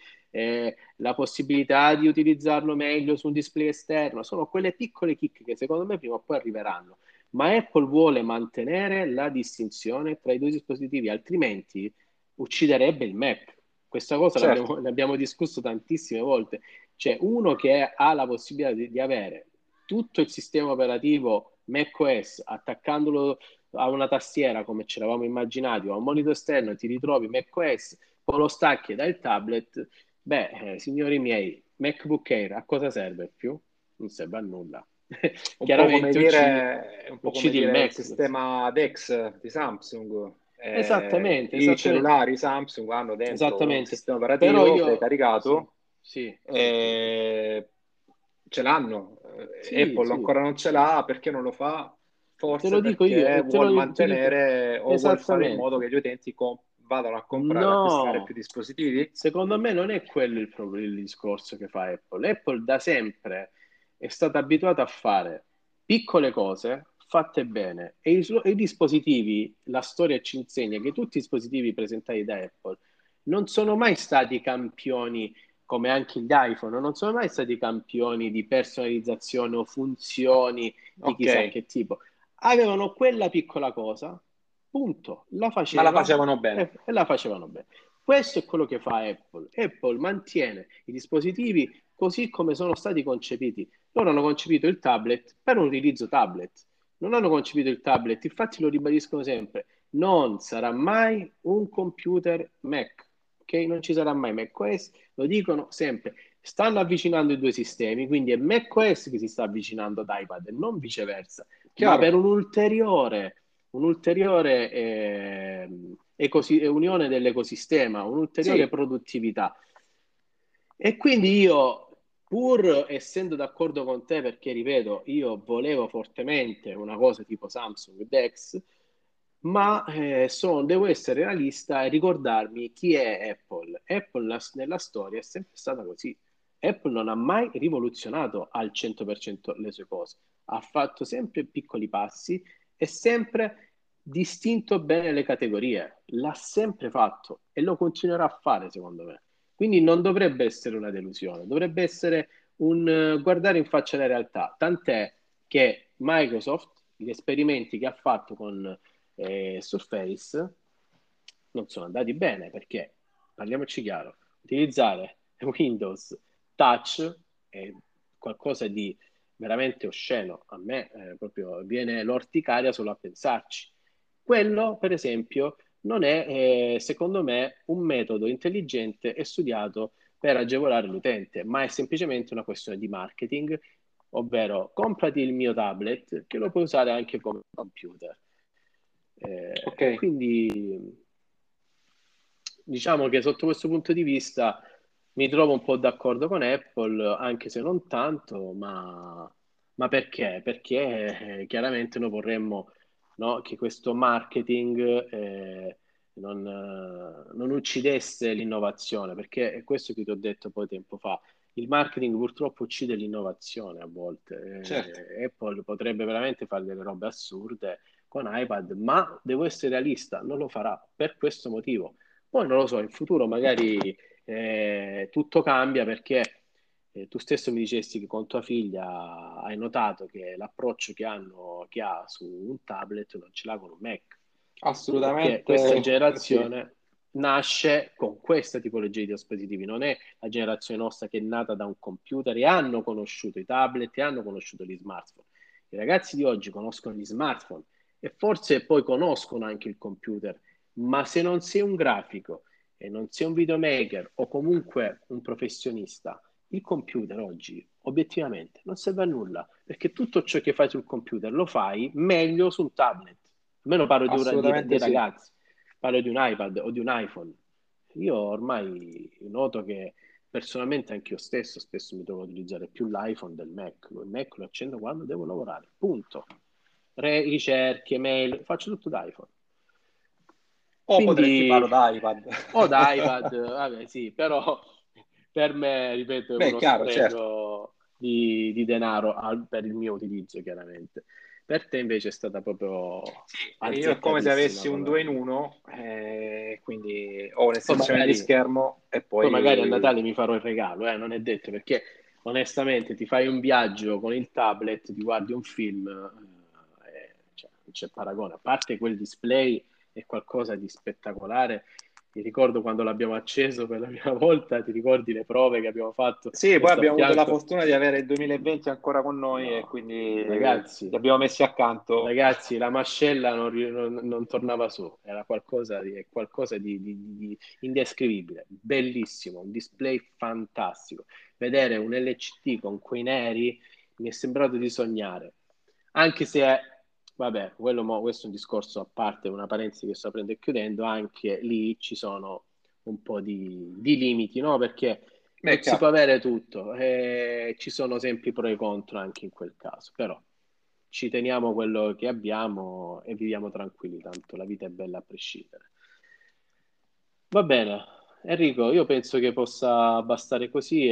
Speaker 1: la possibilità di utilizzarlo meglio su un display esterno. Sono quelle piccole chicche che secondo me prima o poi arriveranno. Ma Apple vuole mantenere la distinzione tra i due dispositivi, altrimenti ucciderebbe il Mac. Questa cosa
Speaker 2: Certo,
Speaker 1: ne abbiamo discusso tantissime volte. C'è uno che ha la possibilità di avere tutto il sistema operativo macOS attaccandolo a una tastiera come ci eravamo immaginati o a un monitor esterno, ti ritrovi macOS, poi lo stacchi dal tablet. Beh, signori miei, MacBook Air a cosa serve più? Non serve a nulla. Chiaramente
Speaker 2: un po' come
Speaker 1: uccidi il
Speaker 2: dire il
Speaker 1: Mac.
Speaker 2: sistema DeX di Samsung.
Speaker 1: Esattamente,
Speaker 2: I
Speaker 1: esattamente,
Speaker 2: cellulari Samsung hanno dentro un
Speaker 1: esattamente.
Speaker 2: sistema
Speaker 1: Però
Speaker 2: operativo
Speaker 1: io, sì,
Speaker 2: precaricato,
Speaker 1: sì, sì, sì, sì,
Speaker 2: e ce l'hanno.
Speaker 1: sì,
Speaker 2: Apple
Speaker 1: sì.
Speaker 2: ancora non ce l'ha, perché non lo fa?
Speaker 1: Te
Speaker 2: Forse
Speaker 1: lo dico io,
Speaker 2: perché
Speaker 1: e
Speaker 2: vuol
Speaker 1: ti dico
Speaker 2: mantenere o vuol fare in modo
Speaker 1: esattamente.
Speaker 2: che gli utenti vadano a comprare, ad acquistare più
Speaker 1: No,
Speaker 2: dispositivi?
Speaker 1: secondo me non è quello il discorso che fa Apple. Apple da sempre è stata abituata a fare piccole cose fatte bene e i dispositivi, la storia ci insegna che tutti i dispositivi presentati da Apple non sono mai stati campioni, come anche gli iPhone, non sono mai stati campioni di personalizzazione o funzioni di
Speaker 2: Ok,
Speaker 1: chissà che tipo. Avevano quella piccola cosa, punto, la
Speaker 2: ma la
Speaker 1: facevano
Speaker 2: facevano bene.
Speaker 1: e la facevano bene. Questo è quello che fa Apple. Apple mantiene i dispositivi così come sono stati concepiti. Loro hanno concepito il tablet per un utilizzo tablet, non hanno concepito il tablet, infatti lo ribadiscono sempre, non sarà mai un computer Mac, ok? Non ci sarà mai macOS, lo dicono sempre. Stanno avvicinando i due sistemi, quindi è macOS che si sta avvicinando ad iPad e non viceversa, ma per
Speaker 2: Chiaro?
Speaker 1: un'ulteriore unione dell'ecosistema, un'ulteriore
Speaker 2: Sì,
Speaker 1: produttività. E quindi io, pur essendo d'accordo con te, perché ripeto, io volevo fortemente una cosa tipo Samsung DeX, ma devo essere realista e ricordarmi chi è Apple. Apple nella storia è sempre stata così. Apple non ha mai rivoluzionato al 100% le sue cose, ha fatto sempre piccoli passi e sempre distinto bene le categorie. L'ha sempre fatto e lo continuerà a fare, secondo me. Quindi non dovrebbe essere una delusione, dovrebbe essere un guardare in faccia la realtà. Tant'è che Microsoft, gli esperimenti che ha fatto con Surface non sono andati bene perché, parliamoci chiaro, utilizzare Windows Touch è qualcosa di veramente osceno. A me proprio viene l'orticaria solo a pensarci. Quello, per esempio, non è, secondo me, un metodo intelligente e studiato per agevolare l'utente, ma è semplicemente una questione di marketing, ovvero comprati il mio tablet che lo puoi usare anche come computer.
Speaker 2: ok.
Speaker 1: E quindi diciamo che sotto questo punto di vista mi trovo un po' d'accordo con Apple, anche se non tanto, ma perché? Perché chiaramente noi vorremmo, no, che questo marketing non uccidesse l'innovazione, perché è questo che ti ho detto poi tempo fa. Il marketing purtroppo uccide l'innovazione a
Speaker 2: Certo,
Speaker 1: volte. Apple potrebbe veramente fare delle robe assurde con iPad, ma devo essere realista, non lo farà per questo motivo. Poi non lo so, in futuro magari tutto cambia perché tu stesso mi dicesti che con tua figlia hai notato che l'approccio che ha su un tablet non ce l'ha con un Mac, perché questa
Speaker 2: assolutamente sì.
Speaker 1: generazione nasce con questa tipologia di dispositivi, non è la generazione nostra che è nata da un computer e hanno conosciuto i tablet e hanno conosciuto gli smartphone. I ragazzi di oggi conoscono gli smartphone e forse poi conoscono anche il computer, ma se non sei un grafico e non sei un videomaker o comunque un professionista, il computer oggi obiettivamente non serve a nulla perché tutto ciò che fai sul computer lo fai meglio su un tablet. Almeno parlo
Speaker 2: Assolutamente
Speaker 1: dei
Speaker 2: sì.
Speaker 1: ragazzi, parlo di un iPad o di un iPhone. Io ormai noto che personalmente anche io stesso spesso mi trovo a utilizzare più l'iPhone del Mac. Il Mac lo accendo quando devo lavorare, punto. Ricerche, mail, faccio tutto da iPhone.
Speaker 2: O potresti
Speaker 1: Quindi,
Speaker 2: farlo da iPad.
Speaker 1: o da iPad, vabbè sì, però per me, ripeto, è
Speaker 2: Beh,
Speaker 1: uno
Speaker 2: chiaro, certo.
Speaker 1: spreco di denaro per il mio utilizzo, chiaramente. Per te invece è stata proprio
Speaker 2: Sì, e io è come se
Speaker 1: azzeccatissima
Speaker 2: avessi un
Speaker 1: come...
Speaker 2: 2 in 1, quindi ho
Speaker 1: Poi
Speaker 2: un'estensione di
Speaker 1: magari,
Speaker 2: schermo e
Speaker 1: poi magari a
Speaker 2: poi...
Speaker 1: Natale mi farò il regalo, non è detto, perché onestamente ti fai un viaggio con il tablet, ti guardi un film, cioè, non c'è paragone. A parte quel display è qualcosa di spettacolare. Mi ricordo quando l'abbiamo acceso per la prima volta, ti ricordi le prove che abbiamo fatto?
Speaker 2: Sì,
Speaker 1: Io
Speaker 2: poi
Speaker 1: sto a
Speaker 2: abbiamo avuto la
Speaker 1: fianco.
Speaker 2: fortuna di avere il 2020 ancora con noi e
Speaker 1: No,
Speaker 2: quindi
Speaker 1: ragazzi,
Speaker 2: li abbiamo messi accanto.
Speaker 1: ragazzi, la mascella non tornava su, era qualcosa di indescrivibile, bellissimo, un display fantastico. Vedere un LCD con quei neri mi è sembrato di sognare, anche se, vabbè, questo è un discorso a parte, una parentesi che sto aprendo e chiudendo, anche lì ci sono un po' di limiti, no? Perché non
Speaker 2: Beh,
Speaker 1: si può
Speaker 2: chiaro.
Speaker 1: avere tutto, ci sono sempre pro e contro anche in quel caso, però ci teniamo quello che abbiamo e viviamo tranquilli, tanto la vita è bella a prescindere. Va bene, Enrico, io penso che possa bastare così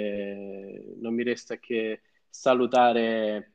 Speaker 1: e non mi resta che salutare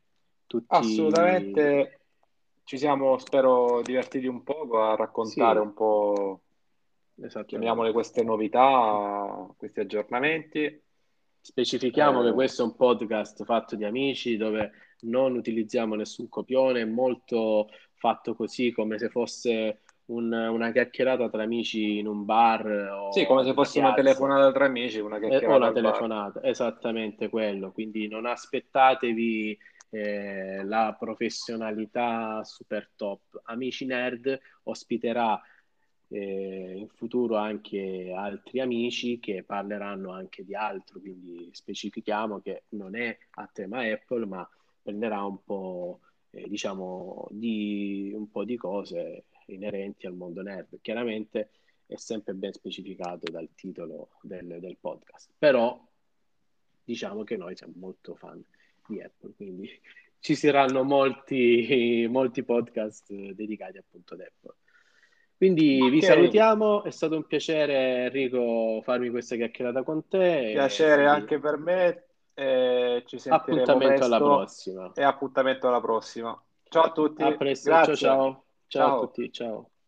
Speaker 1: tutti.
Speaker 2: Assolutamente ci siamo, spero, divertiti un poco a raccontare
Speaker 1: Sì,
Speaker 2: un po', chiamiamole
Speaker 1: esattamente.
Speaker 2: queste novità, questi aggiornamenti.
Speaker 1: Specifichiamo che
Speaker 2: Eh,
Speaker 1: questo è un podcast fatto di amici dove non utilizziamo nessun copione, è molto fatto così come se fosse una chiacchierata tra amici in un bar
Speaker 2: sì, come
Speaker 1: o
Speaker 2: se
Speaker 1: nella
Speaker 2: fosse una
Speaker 1: piazza.
Speaker 2: telefonata tra amici, una
Speaker 1: O
Speaker 2: chiacchierata
Speaker 1: una
Speaker 2: al bar.
Speaker 1: telefonata, esattamente quello. Quindi non aspettatevi la professionalità super top. Amici Nerd ospiterà in futuro anche altri amici che parleranno anche di altro, quindi specifichiamo che non è a tema Apple, ma prenderà un po', diciamo, un po' di cose inerenti al mondo nerd. Chiaramente è sempre ben specificato dal titolo del podcast, però diciamo che noi siamo molto fan di Apple, quindi ci saranno molti podcast dedicati appunto ad Apple. Quindi vi
Speaker 2: Ok,
Speaker 1: salutiamo, è stato un piacere Enrico farmi questa chiacchierata con te,
Speaker 2: piacere
Speaker 1: quindi
Speaker 2: anche per me, ci sentiremo
Speaker 1: appuntamento alla
Speaker 2: presto
Speaker 1: prossima.
Speaker 2: e appuntamento alla prossima. Ciao a
Speaker 1: A
Speaker 2: tutti,
Speaker 1: presto, ciao
Speaker 2: grazie.
Speaker 1: ciao, ciao a
Speaker 2: Ciao.
Speaker 1: tutti, ciao.